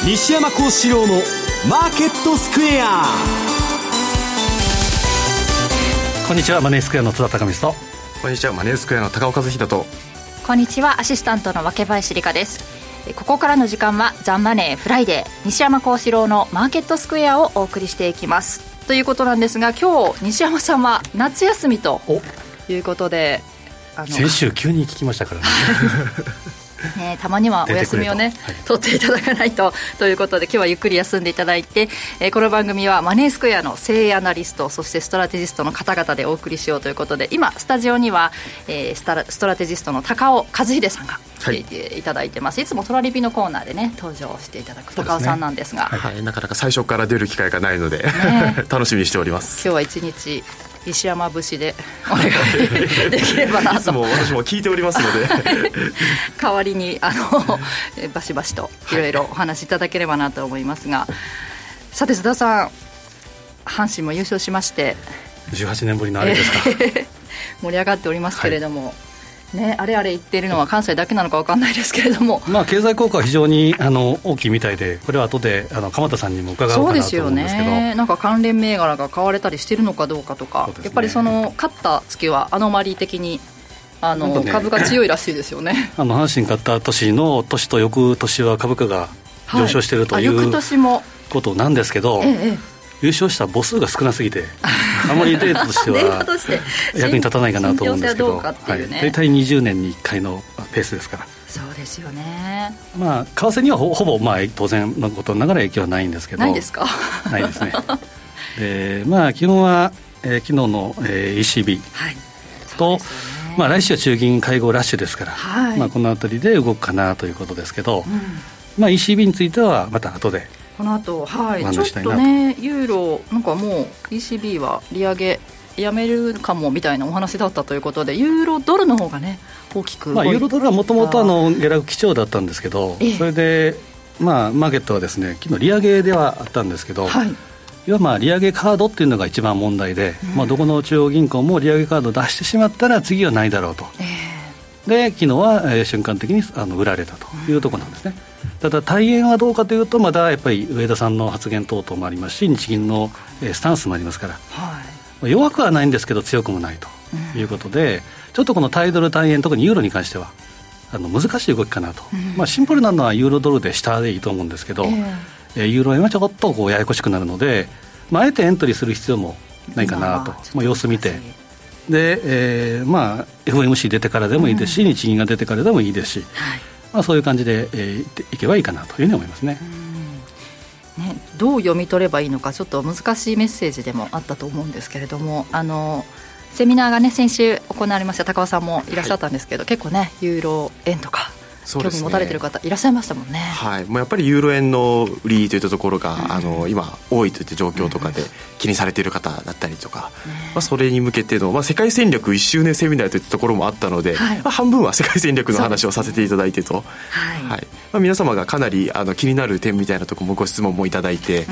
西山幸四郎のマーケットスクエア。 こんにちは、マネースクエアの津田隆光と、 こんにちは、マネースクエアの高岡和秀と、 こんにちは、アシスタントの若林理香です。ここからの時間はザ・マネーフライデー、西山幸四郎のマーケットスクエアをお送りしていきますということなんですが、今日西山さんは夏休みということで、 先週急に聞きましたからねたまにはお休みをね、取っていただかないとということで、今日はゆっくり休んでいただいて、この番組はマネースクエアの精鋭アナリスト、そしてストラテジストの方々でお送りしようということで、今スタジオには、ストラテジストの高尾和秀さんが来ていただいてます。いつもトラリピのコーナーでね登場していただく高尾さんなんですが、 なかなか最初から出る機会がないので、楽しみにしております。 今日は一日石山節でお願いできればなと。 いつも私も聞いておりますので代わりにバシバシといろいろお話しいただければなと思いますが、さて津田さん、阪神も優勝しまして 18年ぶりのあれですか、 盛り上がっておりますけれども、あれあれ言っているのは関西だけなのか分かんないですけれども、経済効果は非常に大きいみたいで、これは後で鎌田さんにも伺おうかなと思うんですけど、なんか関連銘柄が買われたりしてるのかどうかとか、やっぱりその勝った月はアノマリー的に株が強いらしいですよね。 阪神勝った年の年と翌年は株価が上昇しているという、 翌年もことなんですけど、優勝した母数が少なすぎてあまりデータとしては役に立たないかなと思うんですけど、大体20年に1回のペースですから。 そうですよね。 為替にはほぼ当然のことながら影響はないんですけど。 ないですか。 ないですね。基本は、昨日の、ECB と、来週は中銀会合ラッシュですから、このあたりで動くかなということですけど、ECB についてはまた後でこの後、ちょっとね、ユーロなんかもう ECB は利上げやめるかもみたいなお話だったということで、ユーロドルの方がね大きく、 ユーロドルはもともと下落基調だったんですけど、それで、マーケットはですね、昨日利上げではあったんですけど、要は利上げカードっていうのが一番問題で、どこの中央銀行も利上げカードを出してしまったら次はないだろうと、で昨日は、瞬間的に売られたというところなんですね。ただ対円はどうかというと、まだやっぱり上田さんの発言等々もありますし、日銀のスタンスもありますから、弱くはないんですけど強くもないということで、ちょっとこの対ドル対円、特にユーロに関しては難しい動きかなと、シンプルなのはユーロドルで下でいいと思うんですけど、ユーロ円はちょっとややこしくなるので、あえてエントリーする必要もないかなと、様子見て、で、FOMC 出てからでもいいですし、日銀が出てからでもいいですし、そういう感じで、いけばいいかなというふうに思いますね。 どう読み取ればいいのかちょっと難しいメッセージでもあったと思うんですけれども、セミナーがね先週行われました。高尾さんもいらっしゃったんですけど、結構ねユーロ円とか興味持たれてる方いらっしゃいましたもんね。 もうやっぱりユーロ円の売りといったところが、今多いといった状況とかで気にされている方だったりとか、それに向けての、世界戦略1周年セミナーといったところもあったので、半分は世界戦略の話をさせていただいてと、皆様がかなり気になる点みたいなところもご質問もいただいて、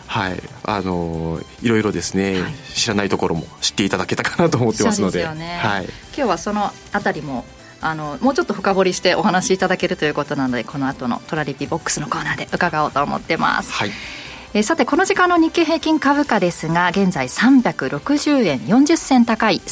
いろいろですね、知らないところも知っていただけたかなと思ってますので、 今日はそのあたりももうちょっと深掘りしてお話しいただけるということなので、この後のトラリピボックスのコーナーで伺おうと思ってます。さてこの時間の日経平均株価ですが、現在360円40銭高い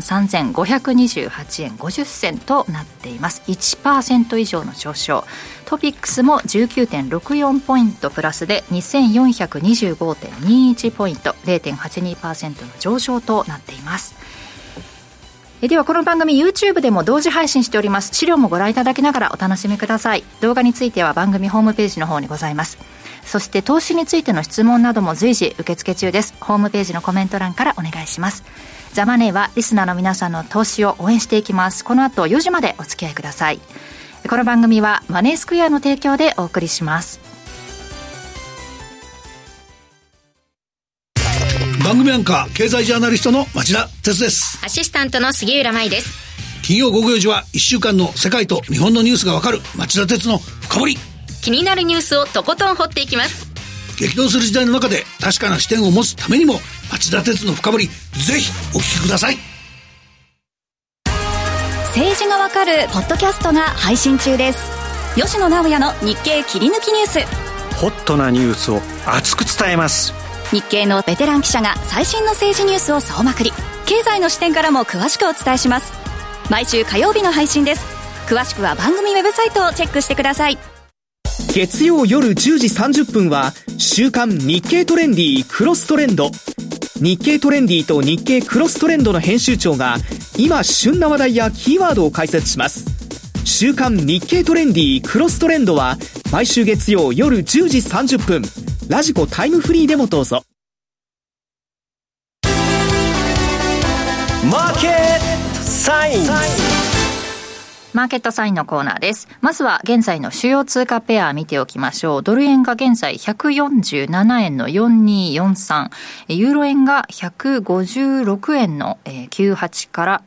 33,528 円50銭となっています。 1% 以上の上昇。トピックスも 19.64 ポイントプラスで 2425.21 ポイント 0.82% の上昇となっています。ではこの番組 YouTube でも同時配信しております。資料もご覧いただきながらお楽しみください。動画については番組ホームページの方にございます。そして投資についての質問なども随時受付中です。ホームページのコメント欄からお願いします。ザ・マネーはリスナーの皆さんの投資を応援していきます。この後4時までお付き合いください。この番組はマネースクエアの提供でお送りします。 番組アンカー経済ジャーナリストの町田哲です。 アシスタントの杉浦舞です。 金曜午後4時は1週間の世界と日本のニュースがわかる町田哲の深掘り。 気になるニュースをとことん掘っていきます。 激動する時代の中で確かな視点を持つためにも町田哲の深掘り、ぜひお聞きください。 政治がわかるポッドキャストが配信中です。吉野直也の日経切り抜きニュース、 ホットなニュースを熱く伝えます。 日経のベテラン記者が最新の政治ニュースを総まくり、経済の視点からも詳しくお伝えします。毎週火曜日の配信です。詳しくは番組ウェブサイトをチェックしてください。 月曜夜10時30分は週刊日経トレンディクロストレンド。日経トレンディと日経クロストレンドの編集長が今旬な話題やキーワードを解説します。週刊日経トレンディクロストレンドは毎週月曜夜10時30分、ラジコタイムフリーでもどうぞ。 マーケットサイン。 マーケットサインのコーナーです。まずは現在の主要通貨ペア見ておきましょう。ドル円が現在147円の4243、ユーロ円が156円の98から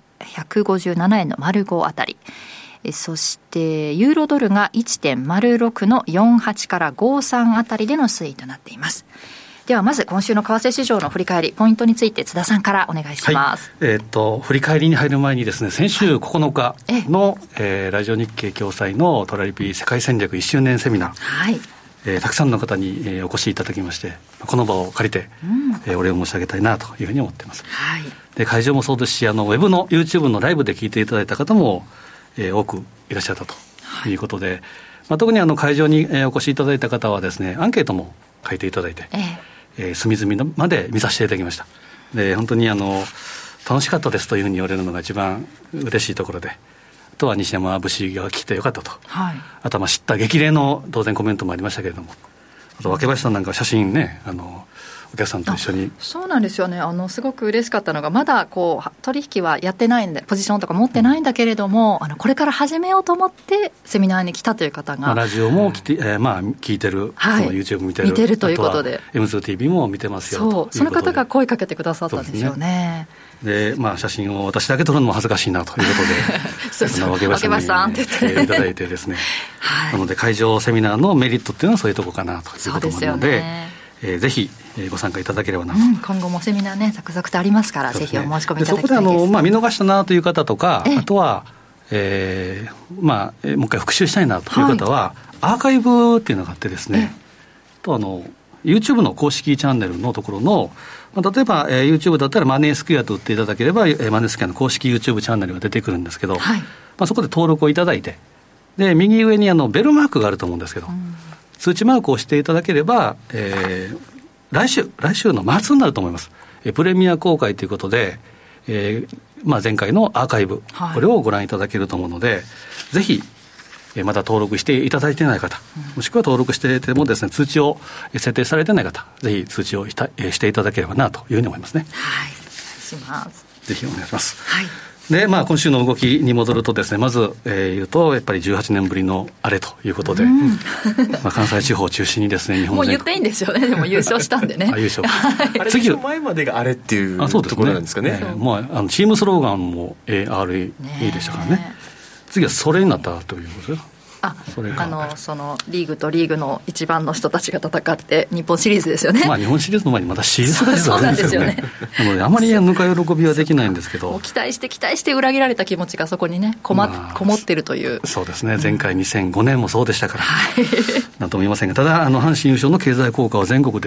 157円の05あたり、そしてユーロドルが 1.06 の48から53あたりでの推移となっています。ではまず今週の為替市場の振り返り、ポイントについて津田さんからお願いします。 はい、振り返りに入る前にですね、先週9日の、ラジオ日経共催のトラリピ世界戦略1周年セミナー、はい、たくさんの方に、お越しいただきまして、この場を借りて、お礼を申し上げたいなというふうに思っています。はい、で会場もそうですし、ウェブの YouTube のライブで聞いていただいた方も、多くいらっしゃったということで、特に会場に、お越しいただいた方はですね、アンケートも書いていただいて、隅々まで見させていただきました。で本当に楽しかったですというふうに言われるのが一番嬉しいところで、あとは西山節が来てよかったと、はい、あとは知った激励の当然コメントもありましたけれども、あと若林さんなんか写真ね、お客さんと一緒に。 そうなんですよね。すごく嬉しかったのが、まだ取引はやってないんで、ポジションとか持ってないんだけれども、これから始めようと思ってセミナーに来たという方が、 ラジオも聞いてる、はい、YouTube 見てるということで、 M2TV も見てますよということで、 その方が声かけてくださったんですよね。 で写真を私だけ撮るのも恥ずかしいなということで若林さんに、いただいてですね、はい、なので会場セミナーのメリットっていうのはそういうとこかなということもあるので、ぜひご参加いただければなと、 今後もセミナーね、ザクザクとありますから、ぜひお申し込みいただきたいです。 そこで見逃したなという方とか、あとは、もう一回復習したいなという方は、はい、アーカイブっていうのがあってですね、とYouTube の公式チャンネルのところの、例えば、YouTube だったらマネースクエアと打っていただければ、マネースクエアの公式 YouTube チャンネルが出てくるんですけど、はい、そこで登録をいただいて、で右上にベルマークがあると思うんですけど、通知マークをしていただければ、来週の末になると思います。プレミア公開ということで、前回のアーカイブ、これをご覧いただけると思うので、ぜひまだ登録していただいていない方、もしくは登録していてもですね、通知を設定されていない方、ぜひ通知をしていただければなというふうに思いますね。 はい、お願いします。 ぜひお願いします。 はい。 で今週の動きに戻るとですね、まず、言うとやっぱり18年ぶりのあれということで、関西地方を中心にですね、日本もう言っていいんですよね。でも優勝したんでね。 優勝。次の前までがあれっていうところなんですかね。 もうチームスローガンも ARE でしたからね。次はそれになったということです。 そのリーグとリーグの一番の人たちが戦って日本シリーズですよね。 日本シリーズの前にまたシリーズが実はあるんですよね。なのであまりぬか喜びはできないんですけど、 期待して裏切られた気持ちがそこにねこもってるという。 そうですね。前回2005年もそうでしたから、なんとも言いませんが、ただ阪神優勝の経済効果は全国で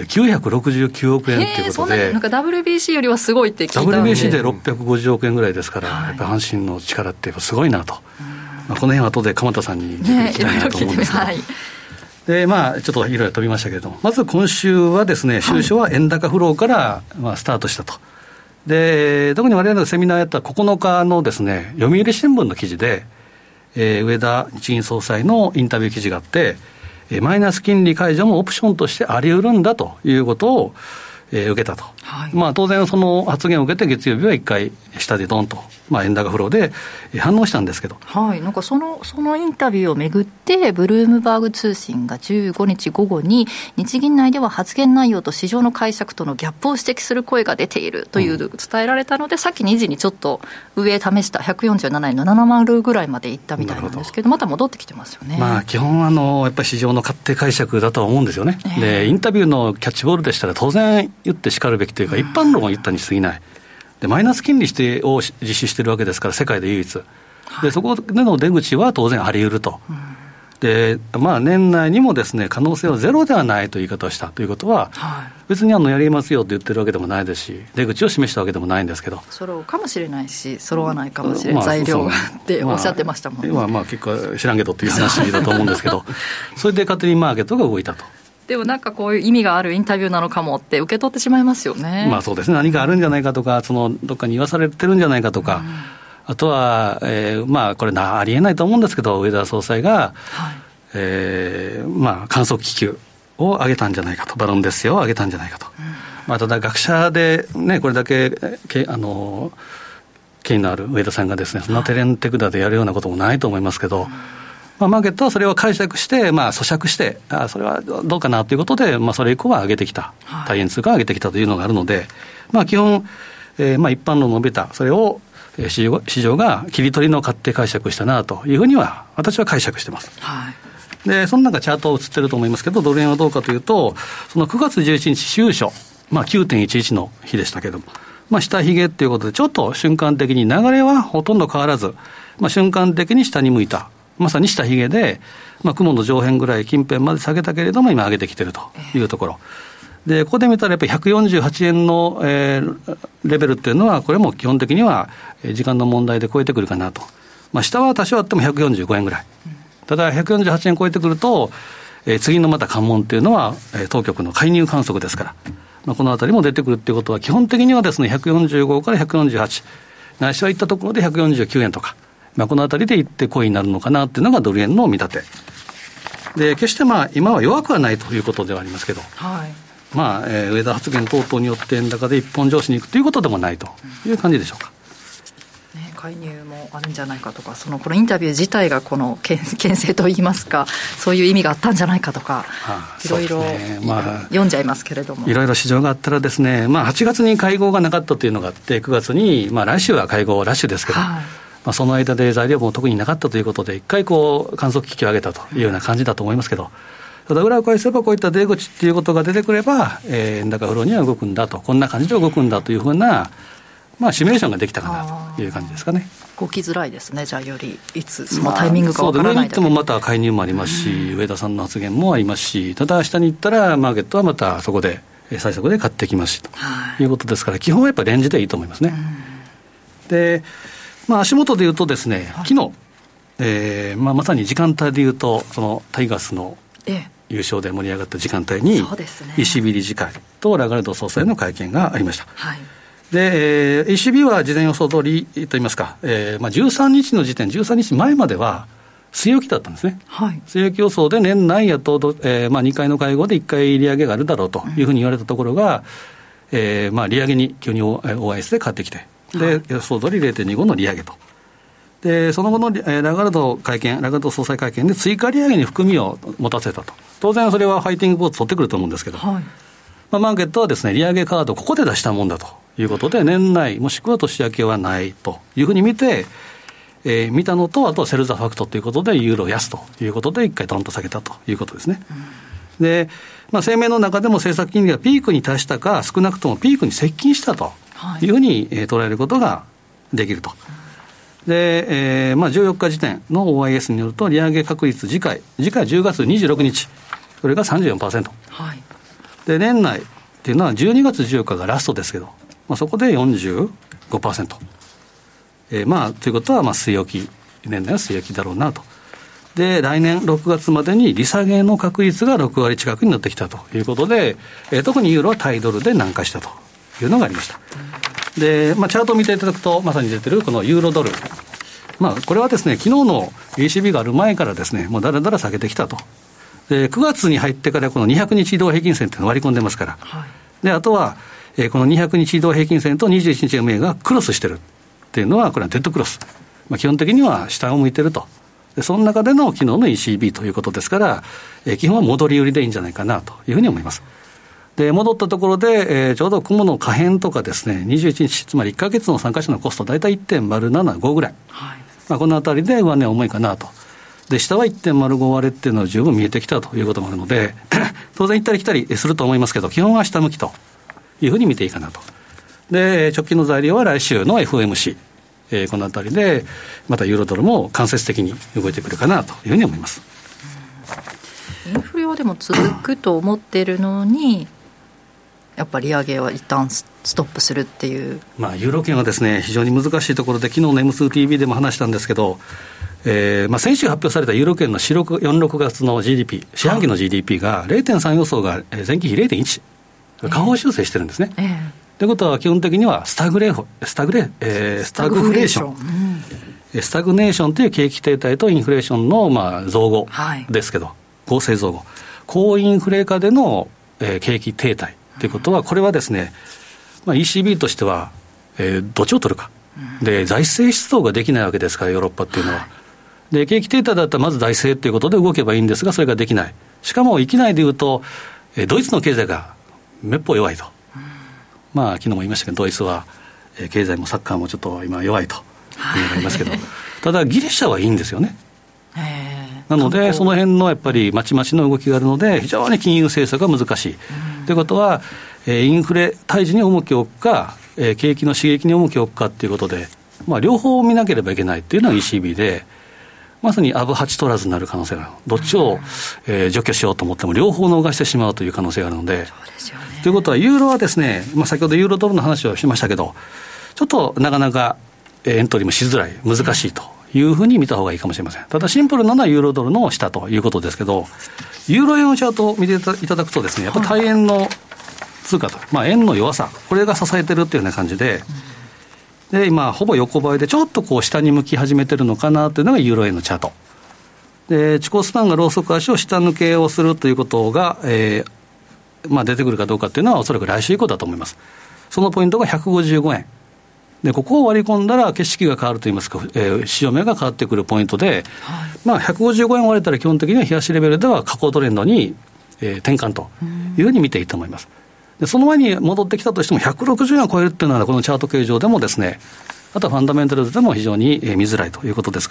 969億円ということで、 なんか WBC よりはすごいって聞いたんで、 WBC で650億円ぐらいですから、やっぱ阪神の力ってやっぱすごいなと。この辺は後で鎌田さんに聞きたいなと思うんですけど、でちょっといろいろ飛びましたけれども、まず今週はですね、週初は円高フローから、スタートしたと。で特に我々のセミナーやった9日のですね、読売新聞の記事で、上田日銀総裁のインタビュー記事があって、マイナス金利解除もオプションとしてあり得るんだということを、受けたと、はい、当然その発言を受けて月曜日は1回下でドンと、円高フローで反応したんですけど、 はい、なんかそのインタビューをめぐってブルームバーグ通信が15日午後に、日銀内では発言内容と市場の解釈とのギャップを指摘する声が出ているという伝えられたので、さっき2時にちょっと上試した147円の70ぐらいまでいったみたいなんですけど、また戻ってきてますよね。 基本やっぱり市場の勝手解釈だとは思うんですよね。でインタビューのキャッチボールでしたら当然言ってしかるべきというか、一般論を言ったに過ぎない。でマイナス金利を実施しているわけですから、世界で唯一で、そこでの出口は当然あり得ると、 で年内にもですね可能性はゼロではないという言い方をしたということは、別にやりますよと言ってるわけでもないですし、出口を示したわけでもないんですけど、 揃うかもしれないし揃わないかもしれない、材料がっておっしゃってましたもんね。 結構知らんけどっていう話だと思うんですけどそれで勝手にマーケットが動いたと。 でもこういう意味があるインタビューなのかもって受け取ってしまいますよね。 そうですね、何かあるんじゃないかとか、どっかに言わされてるんじゃないかとか、あとは、これありえないと思うんですけど、植田総裁が、観測気球を上げたんじゃないかと、バロンデッセを上げたんじゃないかと、ただ学者で、これだけ権威のある植田さんがですね、そんな手練手管でやるようなこともないと思いますけど、マーケットはそれを解釈して、咀嚼して、それはどうかなということで、それ以降は上げてきた、大円通貨を上げてきたというのがあるので、基本、一般論述べた、それを市場が切り取りの勝手解釈したなというふうには私は解釈してます。でその中チャート映ってると思いますけど、ドル円はどうかというと、その9月11日終初、9.11 の日でしたけども、下髭っていうことでちょっと瞬間的に流れはほとんど変わらず、瞬間的に下に向いた、まさに下髭で、雲の上辺ぐらい近辺まで下げたけれども今上げてきてるというところで、ここで見たらやっぱり148円の、レベルっていうのはこれも基本的には時間の問題で超えてくるかなと、下は多少あっても145円ぐらい、ただ148円超えてくると、次のまた関門っていうのは、当局の介入観測ですから、このあたりも出てくるっていうことは基本的にはですね145から148ないしはいったところで149円とか、このあたりでいってこいになるのかなっていうのがドル円の見立てで、決して今は弱くはないということではありますけど、植田発言等々によって円高で一本上司に行くということでもないという感じでしょうか。 介入もあるんじゃないかとか、このインタビュー自体がこの牽制といいますか、そういう意味があったんじゃないかとか、いろいろ読んじゃいますけれども、 いろいろ市場があったらですね、8月に会合がなかったというのがあって、9月に、来週は会合ラッシュですけど、その間で材料も特になかったということで、一回観測機器を上げたというような感じだと思いますけど、ただ裏を返せばこういった出口っていうことが出てくれば、円高フローには動くんだと、こんな感じで動くんだというふうな、シミュレーションができたかなという感じですかね。 動きづらいですね。じゃあよりいつそのタイミングかわからないだけで、 上に行ってもまた介入もありますし、植田さんの発言もありますし、ただ下に行ったらマーケットはまたそこで最速で買ってきますしということですから、基本はやっぱりレンジでいいと思いますね。で足元でいうとですね、昨日、まさに時間帯でいうと、そのタイガースの優勝で盛り上がった時間帯に、ECB 理事会とラガルド総裁の会見がありました。で、ECB は事前予想通りといいますか、13日の時点、13日前までは据え置きだったんですね。据え置き予想で年内やと、2回の会合で1回利上げがあるだろうというふうに言われたところが、利上げに急に OIS で変わってきて、で予想通り 0.25 の利上げと。でその後のラガルド総裁会見で追加利上げに含みを持たせたと。当然それはファイティングボート取ってくると思うんですけど、マーケットはですね、利上げカードをここで出したもんだということで、年内もしくは年明けはないというふうに見て、見たのと、あとはセルザファクトということでユーロ安ということで一回ドンと下げたということですね。で、声明の中でも政策金利がピークに達したか、少なくともピークに接近したというふうに捉えることができると。で、14日時点の OIS によると、利上げ確率次回10月26日、それが 34%、で年内っていうのは12月14日がラストですけど、そこで 45%、ということは据え置き、年内は据え置きだろうなと。で来年6月までに利下げの確率が6割近くになってきたということで、特にユーロは対ドルで軟化したというのがありました。で、チャートを見ていただくとまさに出てるこのユーロドル、これはですね、昨日の ECB がある前からですね、もうだらだら下げてきたと。で9月に入ってからこの200日移動平均線というのを割り込んでますから、であとは、この200日移動平均線と21日 MA がクロスしてるっていうのは、これはデッドクロス、基本的には下を向いてると。でその中での昨日の ECB ということですから、基本は戻り売りでいいんじゃないかなというふうに思います。で戻ったところで、ちょうど雲の可変とかですね、21日、つまり1ヶ月の参加者のコスト大体 1.075 ぐらい、このあたりで上値は重いかなと。で下は 1.05 割れっていうのは十分見えてきたということもあるので当然行ったり来たりすると思いますけど、基本は下向きというふうに見ていいかなと。で直近の材料は来週の FOMC、このあたりでまたユーロドルも間接的に動いてくるかなというふうに思います。 インフレはでも続くと思ってるのにやっぱり利上げは一旦ストップするっていう、 ユーロ圏はですね非常に難しいところで、昨日の M2TV でも話したんですけど、先週発表されたユーロ圏の4、6月の GDP、四半期の GDP が 0.3 予想が前期比 0.1、下方修正してるんですね。ということは基本的にはスタグフレーション、スタグネーションという景気停滞とインフレーションの造語ですけど、合成造語、高インフレ下での、景気停滞ということは、これはですね、ECB としては、どっちを取るか、で財政出動ができないわけですから、ヨーロッパっていうのは。で景気停滞だったらまず財政ということで動けばいいんですが、それができない。しかも域内でいうと、ドイツの経済がめっぽう弱いと、昨日も言いましたけど、ドイツは、経済もサッカーもちょっと今弱いというのがありますけどただギリシャはいいんですよね。なのでその辺のやっぱりまちまちの動きがあるので、非常に金融政策が難しいということは、インフレ退治に重きを置くか、景気の刺激に重きを置くかということで、両方見なければいけないというのが ECB で、まさにアブ8取らずになる可能性がある。どっちを、除去しようと思っても両方逃してしまうという可能性があるので、そうですよね。ということはユーロはですね、先ほどユーロドルの話をしましたけど、ちょっとなかなかエントリーもしづらい、難しいというふうに見た方がいいかもしれません。ただシンプルなのはユーロドルの下ということですけど、ユーロ円のチャートを見ていただくとですね、やっぱり対円の通貨と、円の弱さ、これが支えてるっていうような感じで、で今ほぼ横ばいでちょっとこう下に向き始めてるのかなというのがユーロ円のチャートで、地高スパンがローソク足を下抜けをするということが、出てくるかどうかというのはおそらく来週以降だと思います。そのポイントが155円で、ここを割り込んだら景色が変わるといいますか、潮目が変わってくるポイントで、155円割れたら基本的には冷やしレベルでは下降トレンドに、転換というふうに見ていいと思います。でその前に戻ってきたとしても160円を超えるっていうのはこのチャート形状でもですね、あとはファンダメンタルズでも非常に見づらいということですから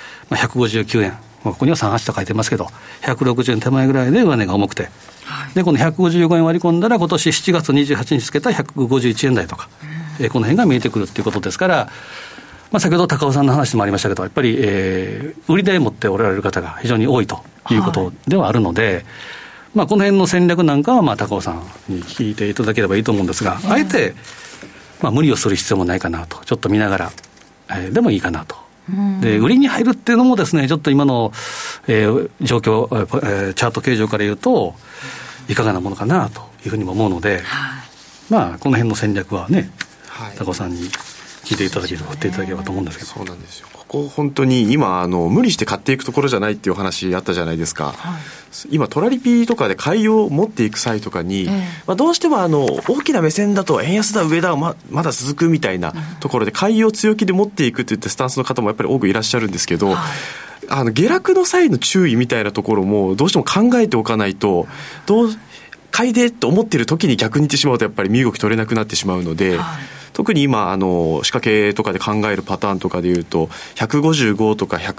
、159円、ここには38と書いてますけど、160円手前ぐらいで上値が重くて、でこの155円割り込んだら今年7月28日つけた151円台とか、この辺が見えてくるということですから、先ほど高尾さんの話もありましたけど、やっぱり、売りで持っておられる方が非常に多いということではあるので、この辺の戦略なんかは高尾さんに聞いていただければいいと思うんですが、あえて、無理をする必要もないかなと、ちょっと見ながら、でもいいかなと。で売りに入るっていうのもですね、ちょっと今の、状況、チャート形状から言うといかがなものかなというふうにも思うので、この辺の戦略はね、高尾さんに聞いていただければ、振っていただければと思うんですけど。 そうなんですよ。ここ本当に今無理して買っていくところじゃないっていう話あったじゃないですか。今トラリピとかで買いを持っていく際とかに、どうしても大きな目線だと円安だ上だ まだ続くみたいなところで買いを強気で持っていくっていってスタンスの方もやっぱり多くいらっしゃるんですけど、下落の際の注意みたいなところもどうしても考えておかないと、買いでと思っている時に逆に言ってしまうとやっぱり身動き取れなくなってしまうので、特に今仕掛けとかで考えるパターンとかでいうと155とか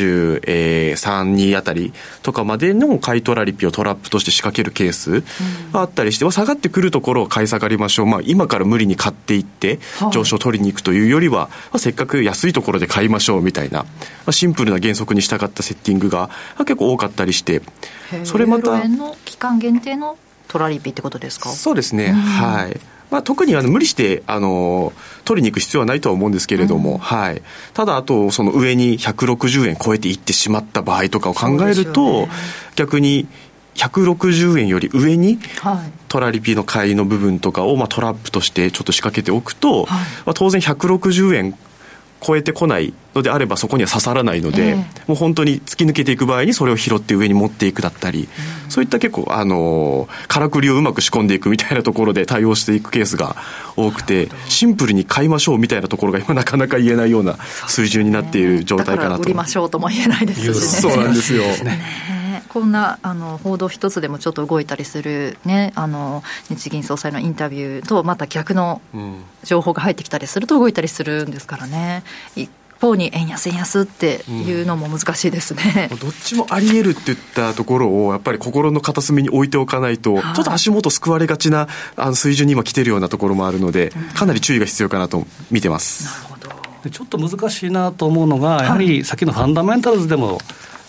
153あたりとかまでの買いトラリピをトラップとして仕掛けるケースがあったりして、下がってくるところを買い下がりましょう、今から無理に買っていって上昇を取りに行くというよりは、せっかく安いところで買いましょうみたいな、シンプルな原則に従ったセッティングが結構多かったりして、それまたユーロ円の期間限定のトラリピってことですか？ そうですね、はい。特に無理して取りに行く必要はないとは思うんですけれども、ただあとその上に160円超えていってしまった場合とかを考えると、逆に160円より上にトラリピの買いの部分とかをトラップとしてちょっと仕掛けておくと、当然160円超えてこないのであればそこには刺さらないので、もう本当に突き抜けていく場合にそれを拾って上に持っていくだったり、そういった結構からくりをうまく仕込んでいくみたいなところで対応していくケースが多くて、シンプルに買いましょうみたいなところが今なかなか言えないような水準になっている状態かなと。 だから売りましょうとも言えないですしね。 そうなんですよ、 こんな報道一つでもちょっと動いたりする、日銀総裁のインタビューとまた逆の情報が入ってきたりすると動いたりするんですからね。一方に円安っていうのも難しいですね、 どっちもあり得るっていったところをやっぱり心の片隅に置いておかないと、ちょっと足元すくわれがちな水準に今来てるようなところもあるので、かなり注意が必要かなと見てます。 なるほど。 ちょっと難しいなと思うのが、やはりさっきのファンダメンタルズでも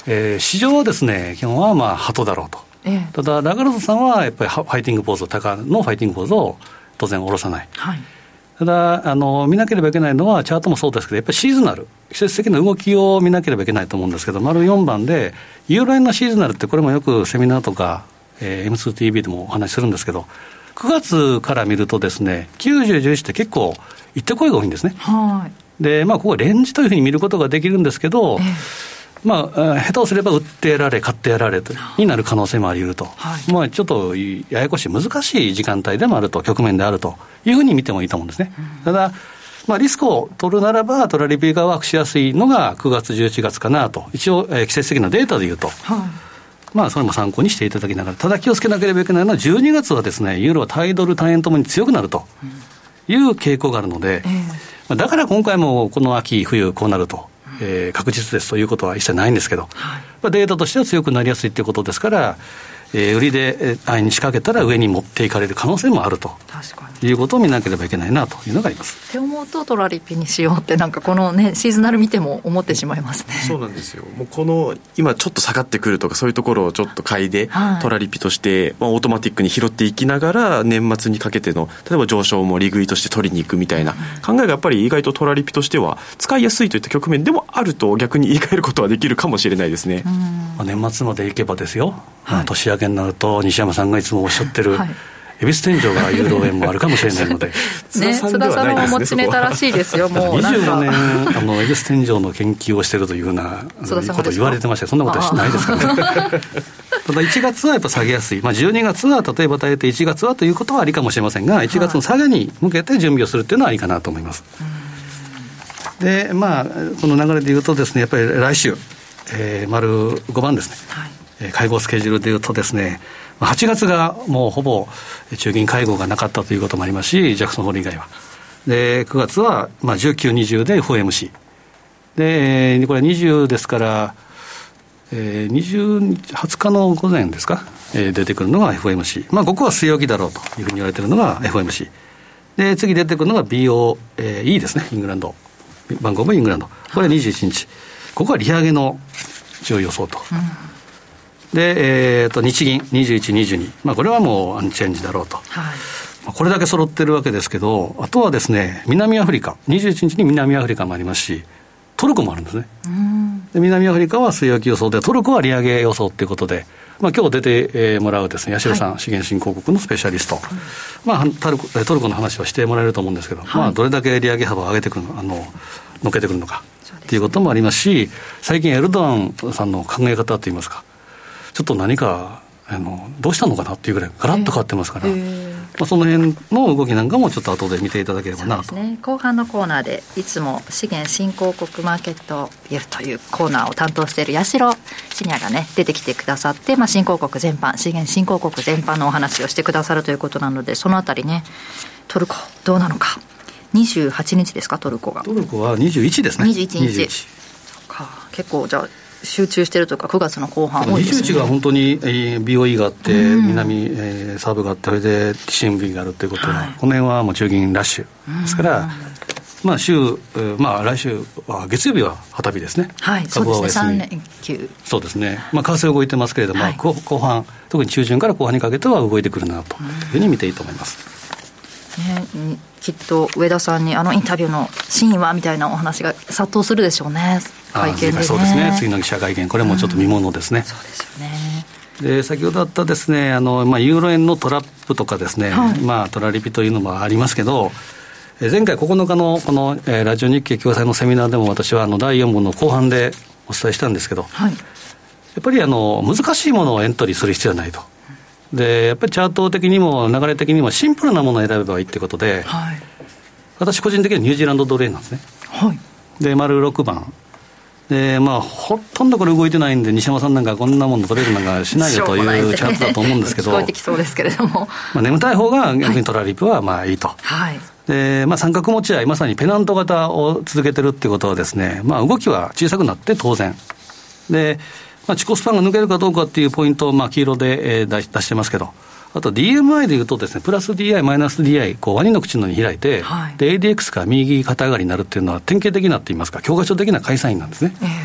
市場はですね基本はまあ鳩だろうと、ただラガルドさんはやっぱりファイティングポーズを高のファイティングポーズを当然下ろさない、はい、ただ見なければいけないのはチャートもそうですけどやっぱりシーズナル季節的な動きを見なければいけないと思うんですけど、丸4番でユーロ円のシーズナルってこれもよくセミナーとか、M2TV でもお話しするんですけど、9月から見るとですね90、11って結構行ってこいが多いんですね。はい。でここレンジというふうに見ることができるんですけど、下手をすれば売ってやられ買ってやられになる可能性もあり得ると、はい、ちょっとややこしい難しい時間帯でもあると、局面であるというふうに見てもいいと思うんですね。ただリスクを取るならばトラリピがワークしやすいのが9月11月かなと、一応、季節的なデータでいうと、はい、それも参考にしていただきながら、ただ気をつけなければいけないのは12月はですねユーロは対ドル対円ともに強くなるという傾向があるので、だから今回もこの秋冬こうなると、確実ですということは一切ないんですけど、はい、データとしては強くなりやすいということですから、売りで円に仕掛けたら上に持っていかれる可能性もあるということを見なければいけないなというのがあります。 って思うとトラリピにしようってこのねシーズナル見ても思ってしまいますね。 そうなんですよ。もうこの今ちょっと下がってくるとかそういうところをちょっと買いで、はい、トラリピとして、オートマティックに拾っていきながら年末にかけての例えば上昇も利食いとして取りに行くみたいな考えがやっぱり意外とトラリピとしては使いやすいといった局面でもあると逆に言い換えることはできるかもしれないですね。 年末までいけばですよ、はい、年明けになると西山さんがいつもおっしゃってる、はい、恵比寿天井がユーロ円もあるかもしれないので津田さんも持ちネタらしいですよ。もう 25年恵比寿天井の研究をしているというようなことを言われてました。そんなことはないですからねただ1月はやっぱ下げやすい、12月は例えば耐えて1月はということはありかもしれませんが、1月の下げに向けて準備をするというのはいいかなと思います。でこの流れでいうとですねやっぱり来週、丸5番ですね、はい、会合スケジュールでいうとですね8月がもうほぼ中銀会合がなかったということもありますし、ジャクソンホール以外はで9月は19、20で FOMC でこれ20ですから20日の午前ですか、出てくるのが FOMC、ここは据え置きだろうというふうに言われているのが FOMC で、次出てくるのが BOE ですね、イングランドバンコブイングランド、これは21日、ここは利上げの一応予想と、で、日銀21、22、これはもうアンチェンジだろうと、はい、これだけ揃ってるわけですけど、あとはですね南アフリカ21日に南アフリカもありますし、トルコもあるんですね。で南アフリカは据え置き予想で、トルコは利上げ予想ということで、今日出てもらうですね八代さん、はい、資源振興国のスペシャリスト、トルコの話はしてもらえると思うんですけど、はい、どれだけ利上げ幅を上げてくるの乗っけてくるのかということもありますし、最近エルドアンさんの考え方といいますか、ちょっと何かどうしたのかなっていうぐらいガラッと変わってますから、その辺の動きなんかもちょっと後で見ていただければなと。 そうですね、後半のコーナーでいつも資源振興国マーケットビルというコーナーを担当している八代シニアがね出てきてくださって、新興国全般、資源振興国全般のお話をしてくださるということなので、そのあたりねトルコどうなのか。28日ですか、トルコが。 トルコは21ですね。 21日そうか、結構じゃあ集中してるというか9月の後半多いですね。 21が本当に BOE があって、南、サーブがあって、それで TCMB があるということは、はい、この辺はもう中銀ラッシュですから、来週は月曜日は旗日ですね。 はい、そうですね、3連休。 そうですね、為替動いてますけれども、はい、後半特に中旬から後半にかけては動いてくるなというふうに見ていいと思います。 きっと上田さんにインタビューの真意はみたいなお話が殺到するでしょうね、会見でね。 そうですね、次の記者会見、これもちょっと見ものですね。 そうですよね。 で先ほどあったですねユーロ円のトラップとかですね、はい、トラリピというのもありますけど、前回9日のこの、ラジオ日経共催のセミナーでも私は第4本の後半でお伝えしたんですけど、はい、やっぱり難しいものをエントリーする必要はないと。でやっぱりチャート的にも流れ的にもシンプルなものを選べばいいということで、はい、私個人的にはニュージーランドドル円なんですね。はい、で丸6番で、ほとんどこれ動いてないんで、西山さんなんかこんなもの取れるなんかしないよというチャートだと思うんですけど、 聞こえてきそうですけれども、 眠たい方が逆にトラリピはいいと、はい、で三角持ち合い、まさにペナント型を続けてるっていうことはですね、動きは小さくなって当然で、自己スパンが抜けるかどうかっていうポイントを黄色で出してますけど、あと DMI でいうとですね、プラス DI マイナス DI ワニの口のように開いて、はい、で ADX が右肩上がりになるっていうのは典型的なって言いますか教科書的な買いサインなんですね。